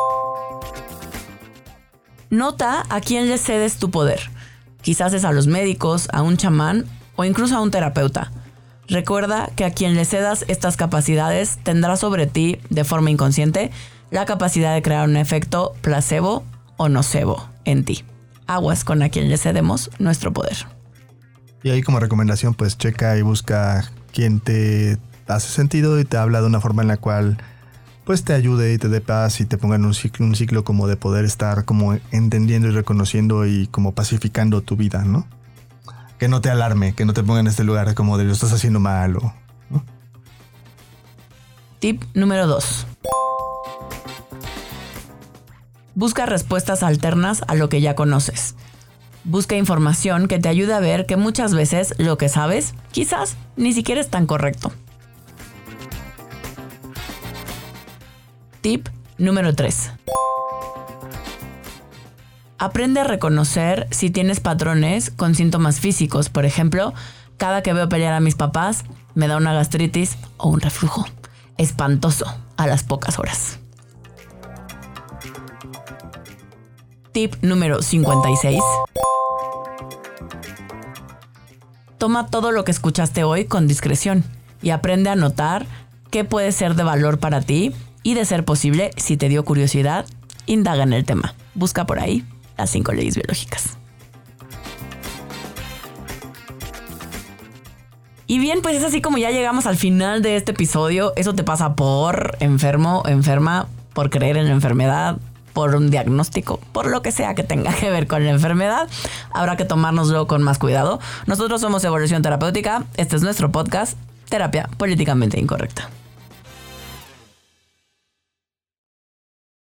Nota a quién le cedes tu poder. Quizás es a los médicos, a un chamán o incluso a un terapeuta. Recuerda que a quien le cedas estas capacidades tendrá sobre ti, de forma inconsciente, la capacidad de crear un efecto placebo o nocebo en ti. Aguas con a quien le cedemos nuestro poder. Y ahí como recomendación, pues checa y busca quien te hace sentido y te habla de una forma en la cual pues te ayude y te dé paz y te ponga en un ciclo, un ciclo como de poder estar como entendiendo y reconociendo y como pacificando tu vida, ¿no? Que no te alarme, que no te ponga en este lugar como de lo estás haciendo mal o... ¿no? Tip número dos. Busca respuestas alternas a lo que ya conoces. Busca información que te ayude a ver que muchas veces lo que sabes quizás ni siquiera es tan correcto. Tip número tres. Aprende a reconocer si tienes patrones con síntomas físicos. Por ejemplo, cada que veo pelear a mis papás, me da una gastritis o un reflujo espantoso a las pocas horas. Tip número cincuenta y seis. Toma todo lo que escuchaste hoy con discreción y aprende a notar qué puede ser de valor para ti y, de ser posible, si te dio curiosidad, indaga en el tema. Busca por ahí las cinco leyes biológicas. Y bien, pues es así como ya llegamos al final de este episodio. Eso te pasa por enfermo, enferma, por creer en la enfermedad, por un diagnóstico, por lo que sea que tenga que ver con la enfermedad. Habrá que tomárnoslo con más cuidado. Nosotros somos Evolución Terapéutica. Este es nuestro podcast, Terapia Políticamente Incorrecta.